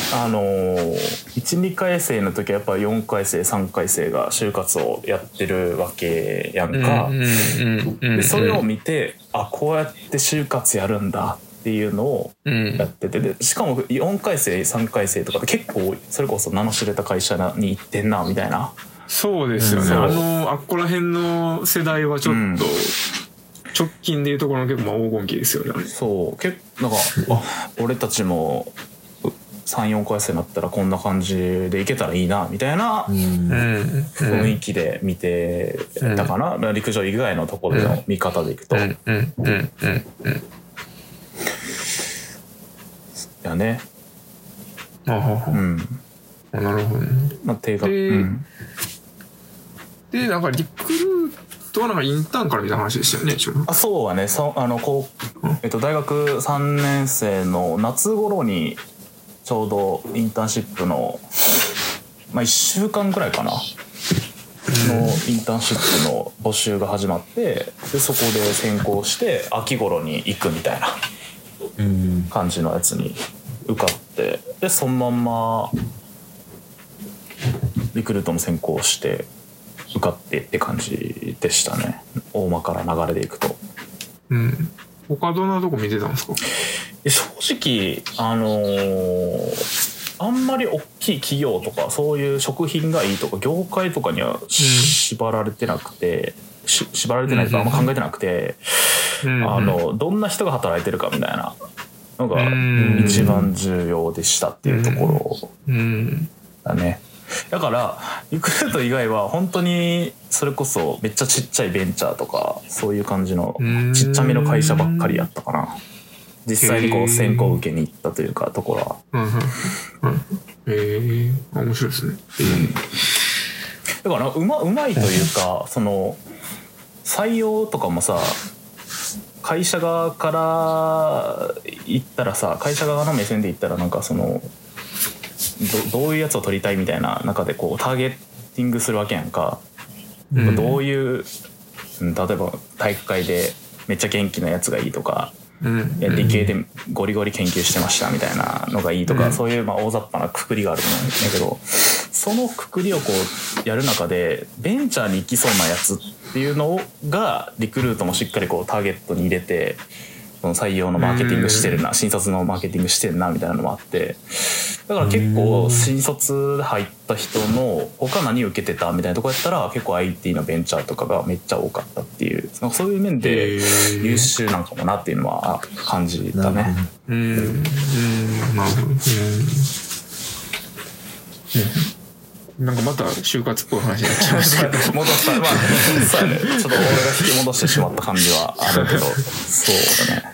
1,2 回生の時はやっぱ4回生3回生が就活をやってるわけやんか。でそれを見てこうやって就活やるんだっていうのをやってて、でしかも4回生3回生とかで結構それこそ名の知れた会社に行ってんなみたいなそうですよね、あっこら辺の世代はちょっと、直近でいうところの結構黄金期ですよね。 そうなんか俺たちも3,4回生になったらこんな感じでいけたらいいなみたいな雰囲気で見てたかな、陸上以外のところでの見方でいくと。やね。 なるほどね。 まあ定額。 でなんかリクルートはなんかインターンから見た話でしたよね。 そうはね、大学3年生の夏頃にちょうどインターンシップの、1週間くらいかなのインターンシップの募集が始まって、でそこで選考して秋頃に行くみたいな感じのやつに受かって、でそのまんまリクルートの選考して受かってって感じでしたね。大まから流れでいくと。 他どんなとこ見てたんですか？ 正直あんまり大きい企業とかそういう食品がいいとか業界とかには縛られてなくて、縛られてないとかあんま考えてなくて、どんな人が働いてるかみたいなのが一番重要でしたっていうところだね。だからリクルート以外は本当にそれこそめっちゃちっちゃいベンチャーとかそういう感じのちっちゃめの会社ばっかりやったかな。実際にこう選考を受けに行ったというかところは。 面白いですね。 だからうまいというか、その採用とかもさ、会社側から言ったらさ、会社側の目線で言ったらなんかそのどういうやつを取りたいみたいな中でこうターゲッティングするわけやんか。どういう例えば体育会でめっちゃ元気なやつがいいとか、理系でゴリゴリ研究してましたみたいなのがいいとか、そういう大雑把なくくりがあると思うんだけど、そのくくりをこうやる中でベンチャーに行きそうなやつっていうのがリクルートもしっかりこうターゲットに入れて、その採用のマーケティングしてるな、新卒のマーケティングしてるなみたいなのもあって、だから結構新卒で入った人の他何受けてたみたいなとこやったら結構 IT のベンチャーとかがめっちゃ多かったっていう、そういう面で優秀なんかもなっていうのは感じたね。 なるほど。なんかまた就活っぽい話になっちゃいましたけど戻った、そうやね、ちょっと俺が引き戻してしまった感じはあるけどそうだね。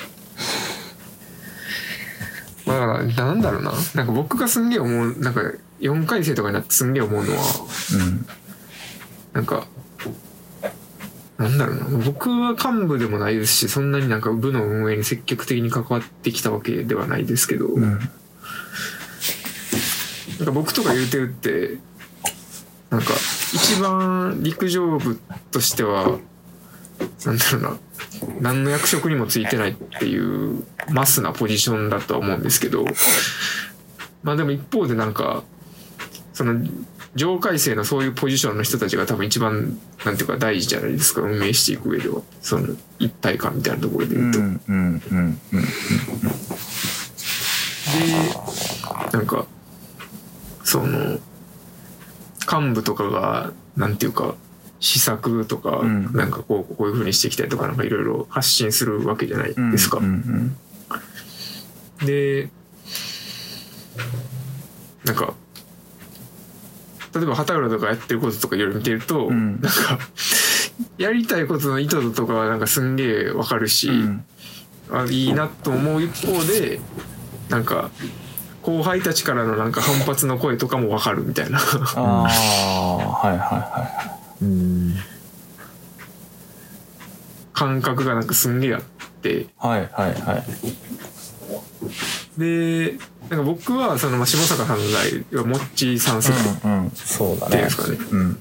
だからなんだろうな、なんか僕がすんげえ思う、なんか4回生とかになってすんげえ思うのは、なんかなんだろうな、僕は幹部でもないですし、そんなになんか部の運営に積極的に関わってきたわけではないですけど、なんか僕とか言うてるってなんか一番陸上部としてはなんだろうな、何の役職にもついてないっていうマスなポジションだとは思うんですけど、まあでも一方でなんかその上階生のそういうポジションの人たちが多分一番なんていうか大事じゃないですか、運営していく上では。その一体感みたいなところで言うと、でなんかその幹部とかがなんていうか施策とか、なんかこういう風にしていきたいとかなんかいろいろ発信するわけじゃないですか。でなんか例えば畑浦とかやってることとかいろいろ見てると、なんかやりたいことの意図とかはなんかすんげえわかるし、いいなと思う一方でなんか後輩たちからのなんか反発の声とかもわかるみたいな感覚がなんかすんげえあって、でなんか僕はその下坂さんの代はモッチーさん世代っていうんですかね。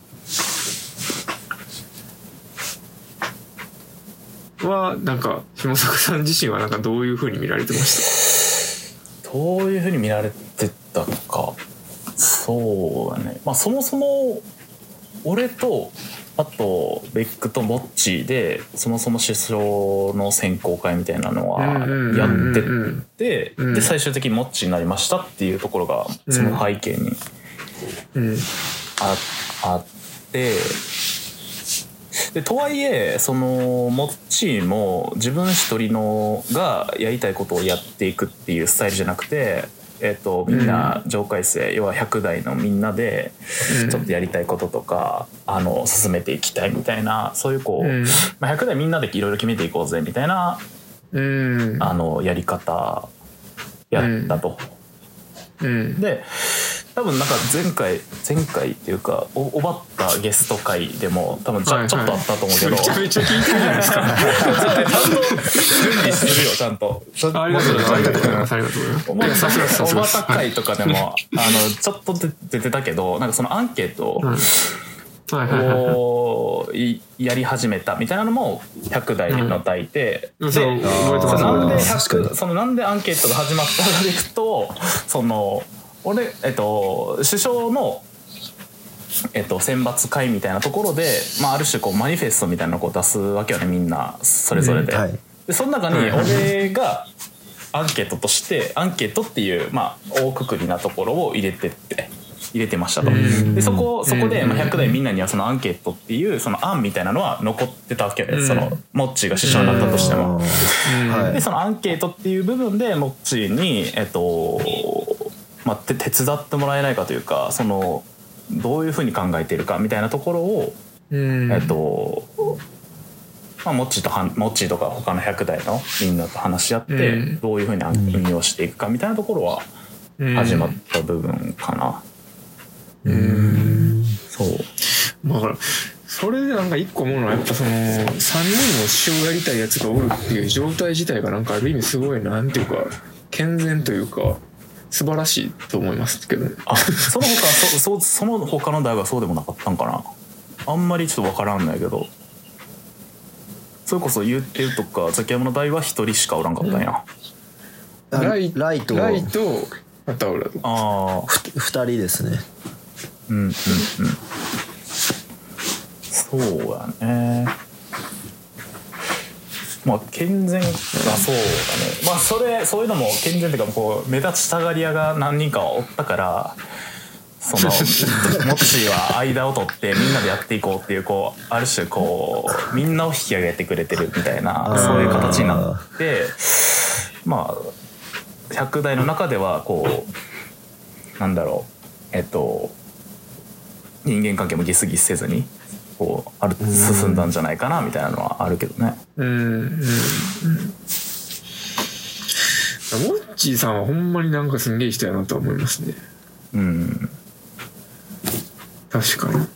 はなんか下坂さん自身はなんかどういう風に見られてました？ どういう風に見られてたか。そうだね。そもそも俺とあとベックとモッチーでそもそも首相の選考会みたいなのはやってて、で最終的にモッチーになりましたっていうところがその背景にあってでとはいえそのモッチーも自分一人のがやりたいことをやっていくっていうスタイルじゃなくて、みんな上階生、要は100代のみんなでちょっとやりたいこととか進めていきたいみたいなそういうこう、100代みんなでいろいろ決めていこうぜみたいな、やり方やったと。で多分なんか前回っていうかおばったゲスト会でも多分ちょっとあったと思うけど、めちゃめちゃ聞いてるじゃないですか。ちゃんと準備してるよちゃんと。 ありがとうございます。ありがとうございます。 おばた会とかでもちょっと出てたけどなんかそのアンケートをやり始めたみたいなのも100代の代で、なんでアンケートが始まったかでいくとその俺首相の選抜会みたいなところで、ある種こうマニフェストみたいなのを出すわけよねみんなそれぞれで。でその中に俺がアンケートとしてアンケートっていう大括りなところを入れてましたと。でそこで100代みんなにはそのアンケートっていうその案みたいなのは残ってたわけで、そのモッチーが首相になったとしても。でそのアンケートっていう部分でモッチーに手伝ってもらえないかというかそのどういうふうに考えているかみたいなところをモッチーとか他の100代のみんなと話し合ってどういうふうに運用していくかみたいなところは始まった部分かな。そう。 だからそれでなんか一個思うのはやっぱその3人も首相やりたいやつがおるっていう状態自体がなんかある意味すごいなんていうか健全というか素晴らしいと思いますけどね。 その他の代はそうでもなかったんかな。あんまりちょっと分からんないけどそれこそ言ってるとかザキヤマの代は一人しかおらんかったんや。 ライトまた俺と 2人ですね。 そうやね。健全そうだね。そういうのも健全っていうかこう目立ちたがり屋が何人かはおったからそのモッチーは間を取ってみんなでやっていこうっていうこうある種こうみんなを引き上げてくれてるみたいなそういう形になって100代の中ではこうなんだろう人間関係もギスギスせずにこう進んだんじゃないかなみたいなのはあるけどね。 モッチーさんはほんまになんかすんげえ人やなと思いますね。確かに。なんか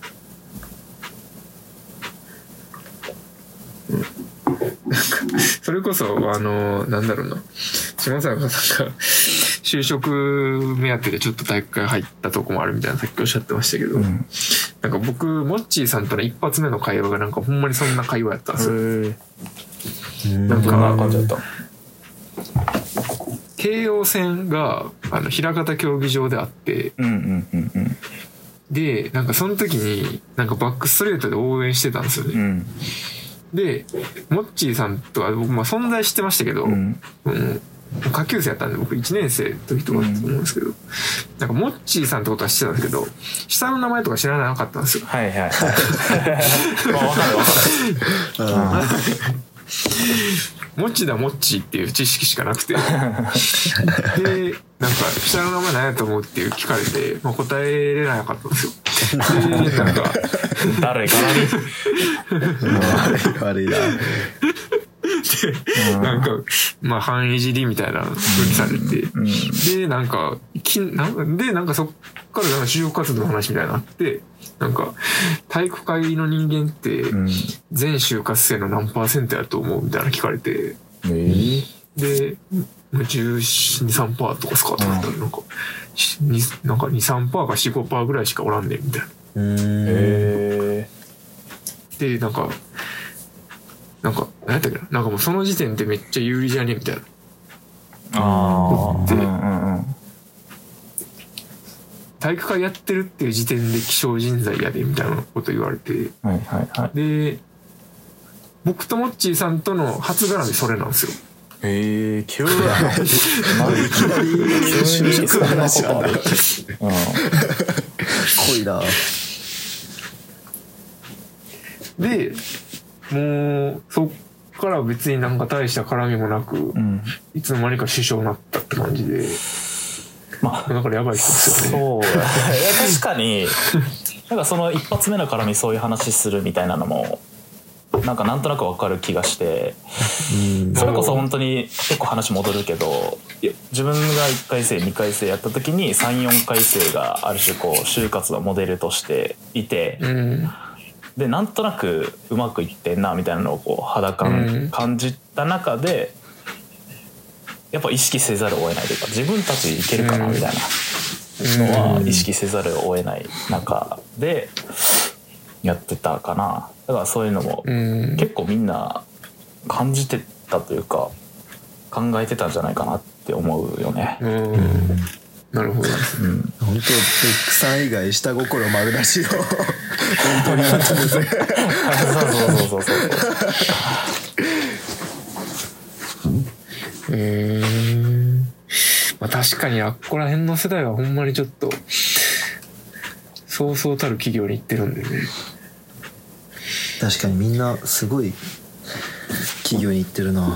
それこそなんだろうな下坂さんが就職目当てでちょっと体育会入ったとこもあるみたいなさっきおっしゃってましたけど、なんか僕モッチーさんとの一発目の会話がなんかほんまにそんな会話やったんですよ。なんか感じだった。 京王線が枚方競技場であって、でなんかその時になんかバックストレートで応援してたんですよね。でモッチーさんとは僕存在してましたけど、下級生やったんで僕1年生の時とかだと思うんですけど、なんかモッチーさんってことは知ってたんですけど下の名前とか知らなかったんですよ。 はいはいはい。分かる。 モッチだモッチっていう知識しかなくてでなんか下の名前何やと思うっていう聞かれて、答えれなかったんですよ。でなんか誰か悪いな。 でなんか半いじりみたいな風にされて、でなんかそっからなんか就職活動の話みたいになって、なんか体育会の人間って全就活生の何%やと思うみたいな聞かれて、で 12,3% とかですかってなったらなんか 2,3% か 4,5% ぐらいしかおらんねんみたいな。でなんか何やったっけな、なんかもうその時点でめっちゃ有利じゃねみたいな。で体育会やってるっていう時点で希少人材やでみたいなこと言われて、で僕とモッチーさんとの初絡みそれなんですよ。 急だいきなり就職の話なんだ。濃いな。 でもうそっから別になんか大した絡みもなく、うん、いつの間にか首相になったって感じで、まあだからやばい人ですよね。 そういや確かになんかその一発目の絡みそういう話するみたいなのもなんとなく分かる気がして、それこそ本当に結構話戻るけど、自分が1回生2回生やった時に 3,4 回生がある種こう就活のモデルとしていて、でなんとなくうまくいってんなみたいなのをこう肌感感じた中で、やっぱ意識せざるを得ないというか、自分たちいけるかなみたいなのは意識せざるを得ない中でやってたかな。だからそういうのも結構みんな感じてたというか考えてたんじゃないかなって思うよね。 なるほど、 本当ベックさん以外下心丸出しの本当になってますね。そうまあ確かにあっこら辺の世代はほんまにちょっとそうそうたる企業に行ってるんでね。 確かにみんなすごい企業に行ってるな。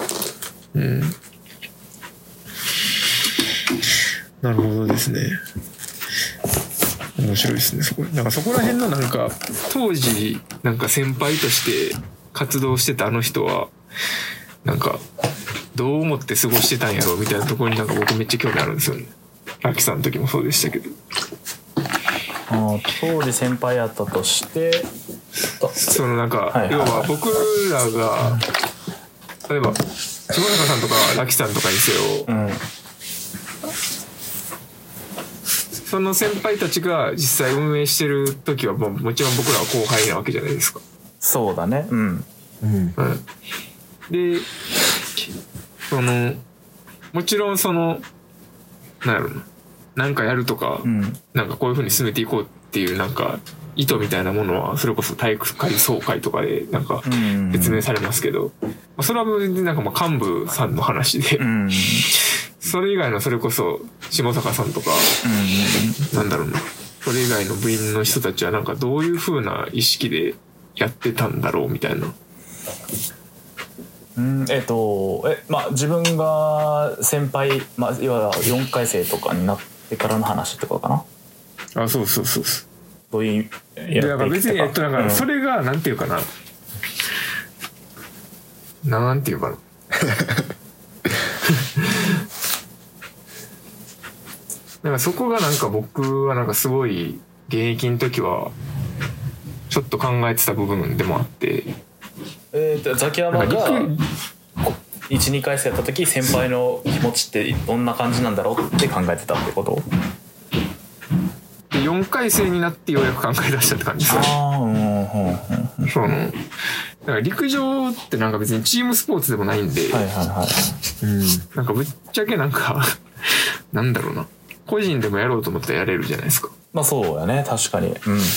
なるほどですね。面白いですね。そこら辺のなんか当時なんか先輩として活動してたあの人はなんかどう思って過ごしてたんやろうみたいなところになんか僕めっちゃ興味あるんですよね。ラキさんの時もそうでしたけど。 当時先輩やったとしてそのなんか、要は僕らが例えば下中さんとかラキさんとかにせよ、その先輩たちが実際運営してる時はもちろん僕らは後輩なわけじゃないですか。 そうだね。 でもちろんなんやろな、なんかやるとか、なんかこういう風に進めていこうっていうなんか意図みたいなものはそれこそ体育会総会とかでなんか説明されますけど、それは全然なんか幹部さんの話で、それ以外のそれこそ下坂さんとか、なんだろうな、それ以外の部員の人たちはなんかどういう風な意識でやってたんだろうみたいな。 まあ自分が先輩、いわゆる4回生とかになってからの話ってことかな。 そうどういうだから別になんかそれがなんていうかな、なんていうかななんかそこがなんか僕はなんかすごい現役の時はちょっと考えてた部分でもあって、 ザキヤマが 1,2 回生やった時先輩の気持ちってどんな感じなんだろうって考えてたってことで4回生になってようやく考え出したって感じですよね。だから陸上ってなんか別にチームスポーツでもないんで、なんかぶっちゃけなんかなんだろうな、個人でもやろうと思ったらやれるじゃないですか。 まあそうやね、確かに。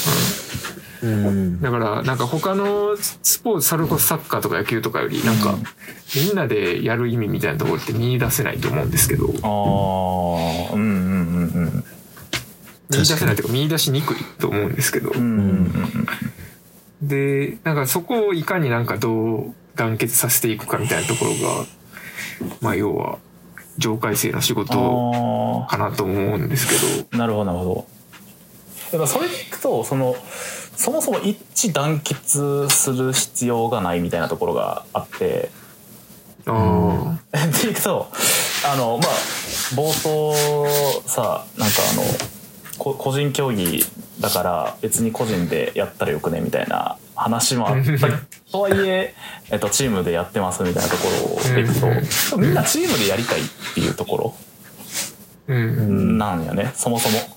だからなんか他のスポーツ、それこそサッカーとか野球とかよりなんかみんなでやる意味みたいなところって見出せないと思うんですけど、見出せないというか見出しにくいと思うんですけど、でなんかそこをいかになんかどう団結させていくかみたいなところが、まあ要は上階生の仕事かなと思うんですけど。 なるほどなるほど。だからそれでいくとそもそも一致団結する必要がないみたいなところがあって、でいくと冒頭さ、なんか個人競技だから別に個人でやったらよくねみたいな話もあったとはいえチームでやってますみたいなところでいくと、みんなチームでやりたいっていうところなんよね、そもそも。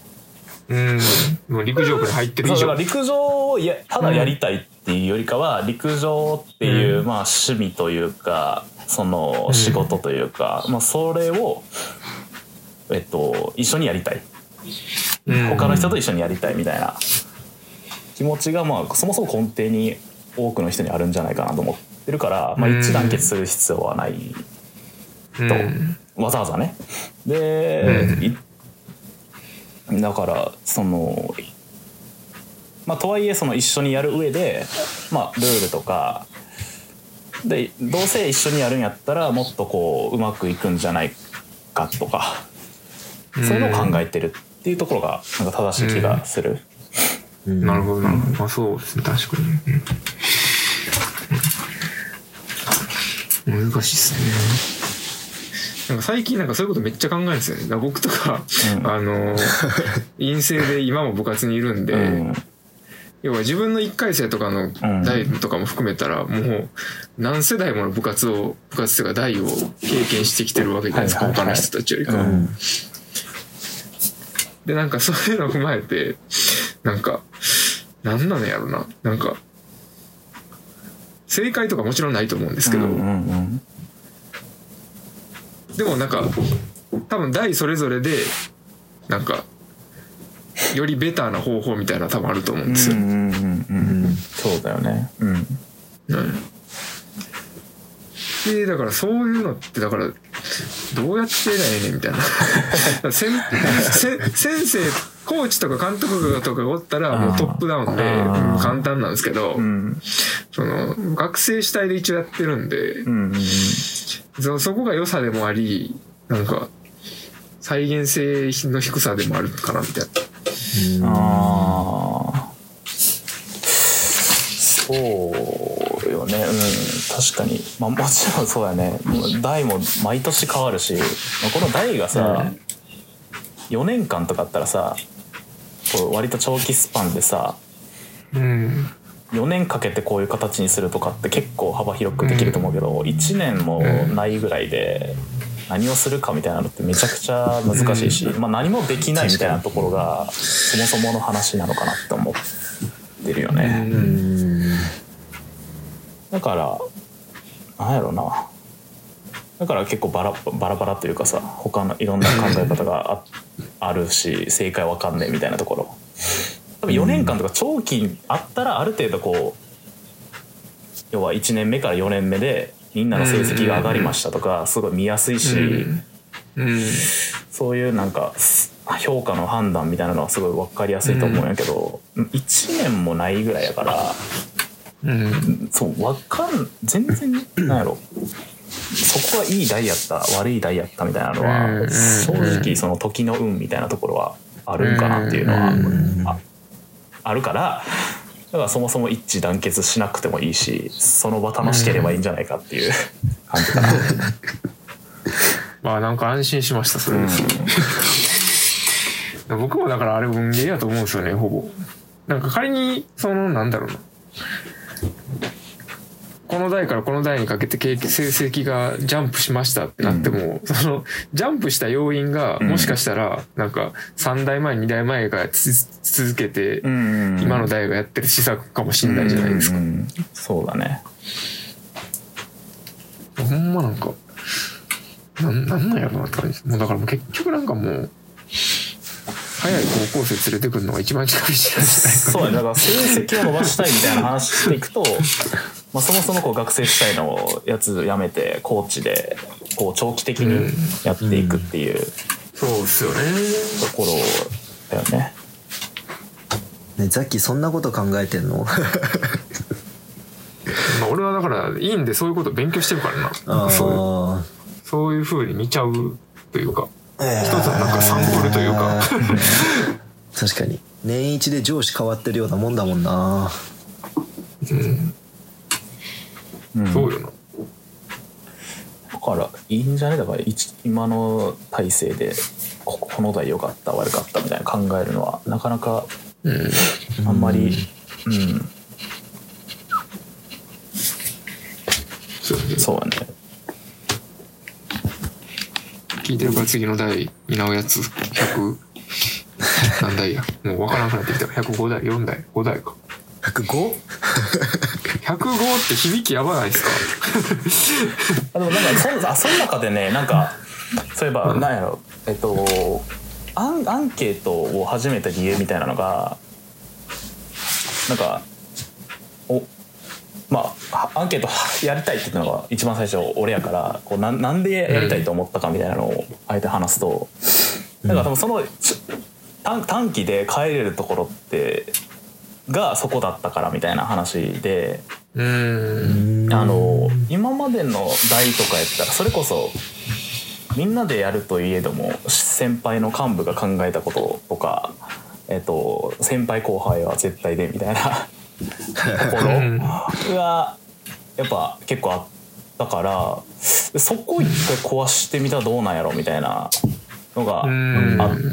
もう陸上部に入ってる以上、 陸上をただやりたいっていうよりかは、陸上っていうまあ趣味というかその仕事というか、まあそれを一緒にやりたい、他の人と一緒にやりたいみたいな気持ちがまあそもそも根底に多くの人にあるんじゃないかなと思ってるから、まあ一致団結する必要はないと、わざわざね。で、だからまあとはいえその一緒にやる上でまあルールとかでどうせ一緒にやるんやったらもっとこううまくいくんじゃないかとかそういうのを考えてるっていうところがなんか正しい気がする。 なるほどなるほど。まあそうですね確かに。難しいっすね。なんか最近なんかそういうことめっちゃ考えるんですよね。僕とか、陰性で今も部活にいるんで、要は自分の1回生とかの代とかも含めたら、もう何世代もの部活というか代を経験してきてるわけじゃないですか、他の人たちよりか。でなんかそういうのを踏まえてなんか何なのやろな、なんか正解とかもちろんないと思うんですけど、でもなんか多分代それぞれでなんかよりベターな方法みたいなの多分あると思うんですよ。 そうだよね。 でだからそういうのってだからどうやってないねんみたいな先生コーチとか監督とかがおったらもうトップダウンで簡単なんですけど、その学生主体で一応やってるんで、そこが良さでもありなんか再現性の低さでもあるかなみたいな。 そうよね。確かに。まあもちろんそうやね。代も毎年変わるし、この代がさ、4年間とかあったらさ、こう割と長期スパンでさ、4年かけてこういう形にするとかって結構幅広くできると思うけど、1年もないぐらいで何をするかみたいなのってめちゃくちゃ難しいし、まあ何もできないみたいなところがそもそもの話なのかなって思ってるよね。だからなんやろな、だから結構バラバラというかさ、他のいろんな考え方が あるし正解わかんねえみたいなところ、多分4年間とか長期あったらある程度こう要は1年目から4年目でみんなの成績が上がりましたとかすごい見やすいし、そういうなんか評価の判断みたいなのはすごい分かりやすいと思うんやけど、1年もないぐらいやから、そう全然なんやろ、そこはいい代やった悪い代やったみたいなのは正直その時の運みたいなところはあるんかなっていうのはあるから、だからそもそも一致団結しなくてもいいし、その場楽しければいいんじゃないかっていう感じかな。 まあなんか安心しましたそれです、僕もだからあれ運ゲーやと思うんですよね、ほぼ。なんか仮にそのなんだろうな、この代からこの代にかけて成績がジャンプしましたってなっても、そのジャンプした要因がもしかしたらなんか3代前2代前が続けて今の代がやってる施策かもしれないじゃないですか。 そうだね。 ほんまなんかなんなんやろなって感じです。もうだからもう結局なんかもう早い高校生連れてくるのが一番近いじゃないですか。 そうだから成績を伸ばしたいみたいな話していくとまあそもそもこう学生主体のやつやめてコーチでこう長期的にやっていくっていう、 そうですよね、 ところだよね。 ね、ザッキーそんなこと考えてんの？ まあ俺はだからいいんでそういうこと勉強してるからな。そういう風に見ちゃうというか、一つのなんかサンプルというか確かに年一で上司変わってるようなもんだもんな。 そうよな。 だからいいんじゃね。だから今の体制でこの代良かった悪かったみたいな考えるのはなかなかあんまりそうだね。 聞いてるから次の代担うやつ100何代や、もう分からなくなってきた。105代4代5代か。 105? 105って響きやばないですか？ でもなんかその中でね、なんかそういえば何やろ、アンケートを始めた理由みたいなのがなんかまあアンケートやりたいって言ったのが一番最初俺やから、こうなんでやりたいと思ったかみたいなのをあえて話すと、なんか多分その短期で帰れるところってがそこだったからみたいな話で、今までの代とかやったらそれこそみんなでやるといえども先輩の幹部が考えたこととか、先輩後輩は絶対でみたいなところがやっぱ結構あったから、そこ一回壊してみたらどうなんやろみたいなのがあって、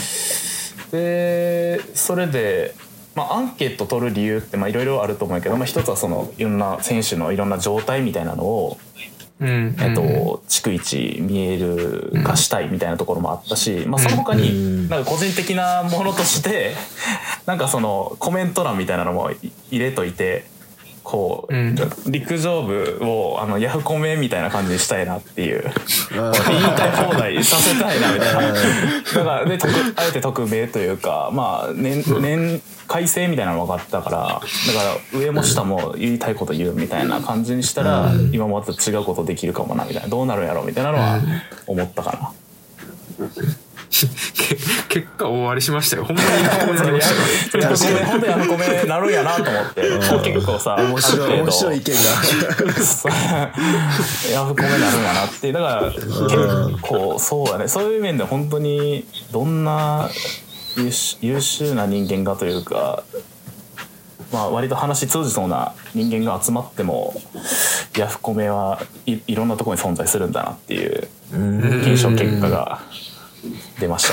でそれで、アンケート取る理由っていろいろあると思うけど、一つはそのいろんな選手のいろんな状態みたいなのを逐一見える化したいみたいなところもあったし、その他になんか個人的なものとしてなんかそのコメント欄みたいなのも入れといて、こう陸上部をヤフコメみたいな感じにしたいなっていう、言いたい放題させたいなみたいな。だからであえて匿名というか、年改正みたいなの分かったから、だから上も下も言いたいこと言うみたいな感じにしたら、今までと違うことできるかもなみたいな、どうなるんやろみたいなのは思ったかな。 結果大荒れしましたよ。ほんまにこうなりましたよ。 本当にヤフコメなるんやなと思って、結構さ面白い意見がヤフコメなるんやなっていう。だから結構そうやね、そういう面で本当にどんな優秀な人間がというか、割と話通じそうな人間が集まってもヤフコメはいろんなところに存在するんだなっていう検証結果が出ました。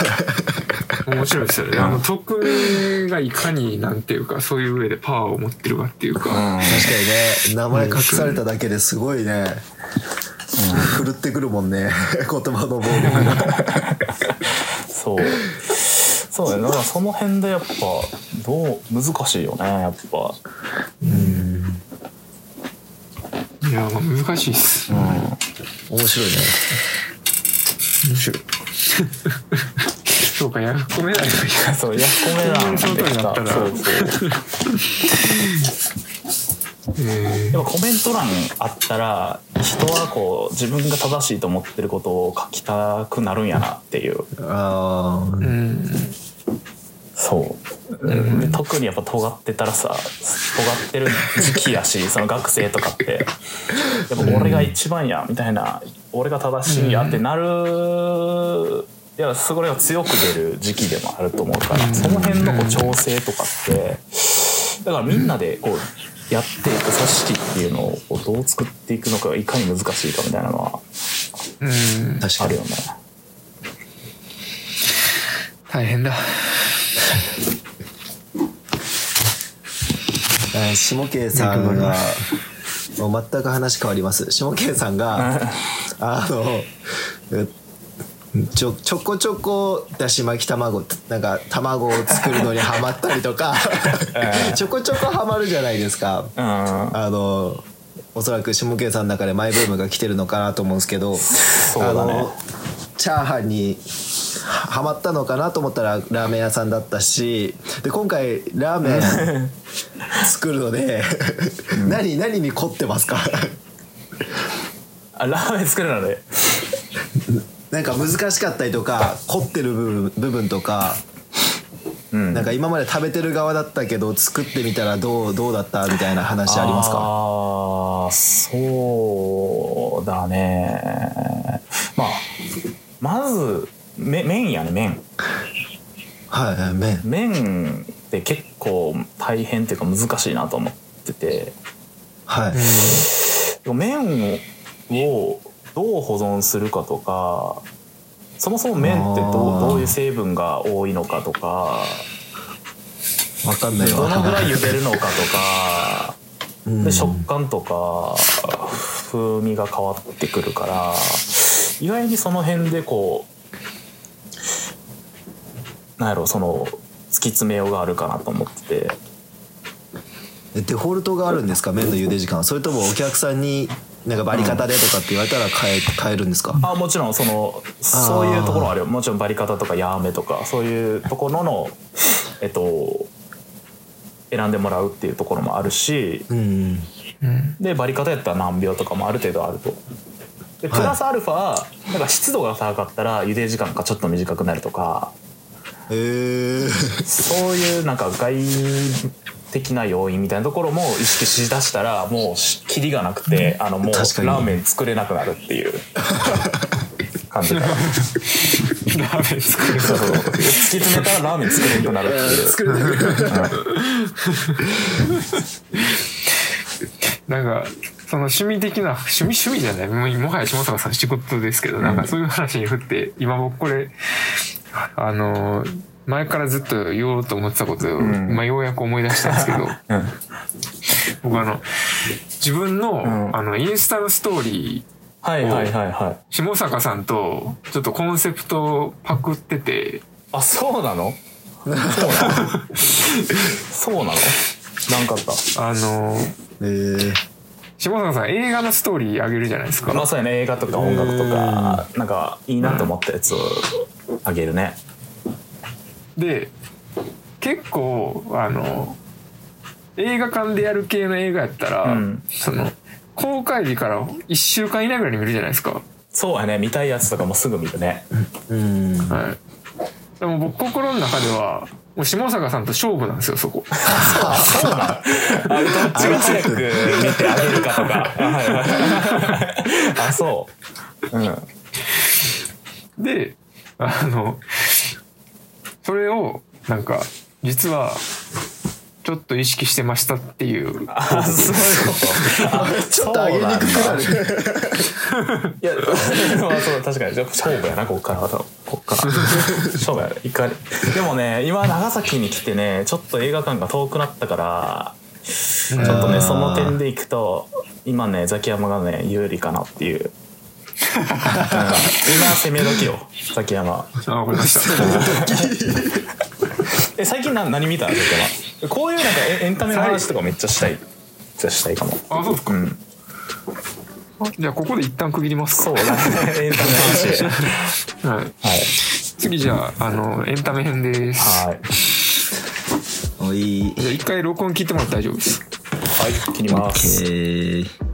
面白いですよね。匿名がいかになんていうか、そういう上でパワーを持ってるかっていうか、 確かにね、名前隠されただけですごいね、狂ってくるもんね、言葉の暴力が。 そうね、だからその辺でやっぱ難しいよね、やっぱ。 いや難しいっす。 面白いね。 面白い。そうか、ヤフコメだよ。 そう、ヤフコメなんその通りになったら。そうやっぱコメント欄あったら人はこう自分が正しいと思ってることを書きたくなるんやなっていう。そう、特にやっぱ尖ってたらさ、尖ってる時期やし、その学生とかってやっぱ俺が一番やみたいな、俺が正しいやってなる、いやそれが強く出る時期でもあると思うから、その辺のこう調整とかってだからみんなでこうやっていく組織っていうのをどう作っていくのかがいかに難しいかみたいなのはあるよね。 大変だ。 下圭さんがもう全く話変わります。下圭さんがちょこちょこだし巻き卵、なんか卵を作るのにハマったりとかちょこちょこハマるじゃないですか。おそらく下圭さんの中でマイブームが来てるのかなと思うんですけど、 そうだね、 チャーハンにハマったのかなと思ったらラーメン屋さんだったし、で今回ラーメン作るので何に凝ってますか？ ラーメン作るのでなんか難しかったりとか凝ってる部分とか、なんか今まで食べてる側だったけど作ってみたらどうだったみたいな話ありますか？ そうだね、まず麺やね、麺。 はい、 麺って結構大変っていうか難しいなと思ってて、麺をどう保存するかとか、そもそも麺ってどういう成分が多いのかとか、 分かんないわ。 どのぐらい茹でるのかとかで、食感とか風味が変わってくるから、意外にその辺でこうなんやろ、その突き詰めようがあるかなと思ってて。 デフォルトがあるんですか、麺の茹で時間？それともお客さんになんかバリ方でとかって言われたら変えるんですか？ もちろんそういうところあるよ。もちろんバリ方とかヤーメとかそういうところの選んでもらうっていうところもあるし、でバリ方やったら何秒とかもある程度あると。でプラスアルファ、なんか湿度が高かったら茹で時間がちょっと短くなるとか、 そういうなんか外的な要因みたいなところも意識しだしたらもうキリがなくて、もうラーメン作れなくなるっていう感じかな。ラーメン作れそう突き詰めたらラーメン作れなくなるっていう。作れなくなる。 なんかその趣味的な趣味じゃない、もはや下坂さん仕事ですけど、なんかそういう話に振って今僕これ前からずっと言おうと思ってたことを、ようやく思い出したんですけど、僕自分の、インスタのストーリーを下坂さんとちょっとコンセプトパクってて。 あ、そうなの？そうなの？なんかあった。 下坂さん映画のストーリーあげるじゃないですか。 まあそうやね、映画とか音楽とかなんかいいなと思ったやつをあげるね。 で結構映画館でやる系の映画やったら、その公開日から1週間以内ぐらいに見るじゃないですか。 そうやね、見たいやつとかもすぐ見るね。 はい。でも僕心の中ではもう下坂さんと勝負なんですよ、そこ。 そうなん。どっちが早く見てあげるかとか。あ、そう。 でそれをなんか実はちょっと意識してましたっていう。 そういうこと。 ちょっと上げにくくなる。 いや、まあそう確かに勝負やな、こっから勝負やね。一回。でもね、今長崎に来てね、ちょっと映画館が遠くなったから、ちょっとねその点でいくと今ねザキヤマがね有利かなっていう。今攻め時よザキヤマ。 あ、わかりました。 最近何見たザキヤマ。こういうなんかエンタメの話とかめっちゃしたいかも。 あ、そうですか。じゃあここで一旦区切りますか。 そうだね、エンタメの話。 はい。次じゃあエンタメ編です。 はい。 おい。 じゃあ一回録音切ってもらって大丈夫です。 はい、切ります。 オッケー。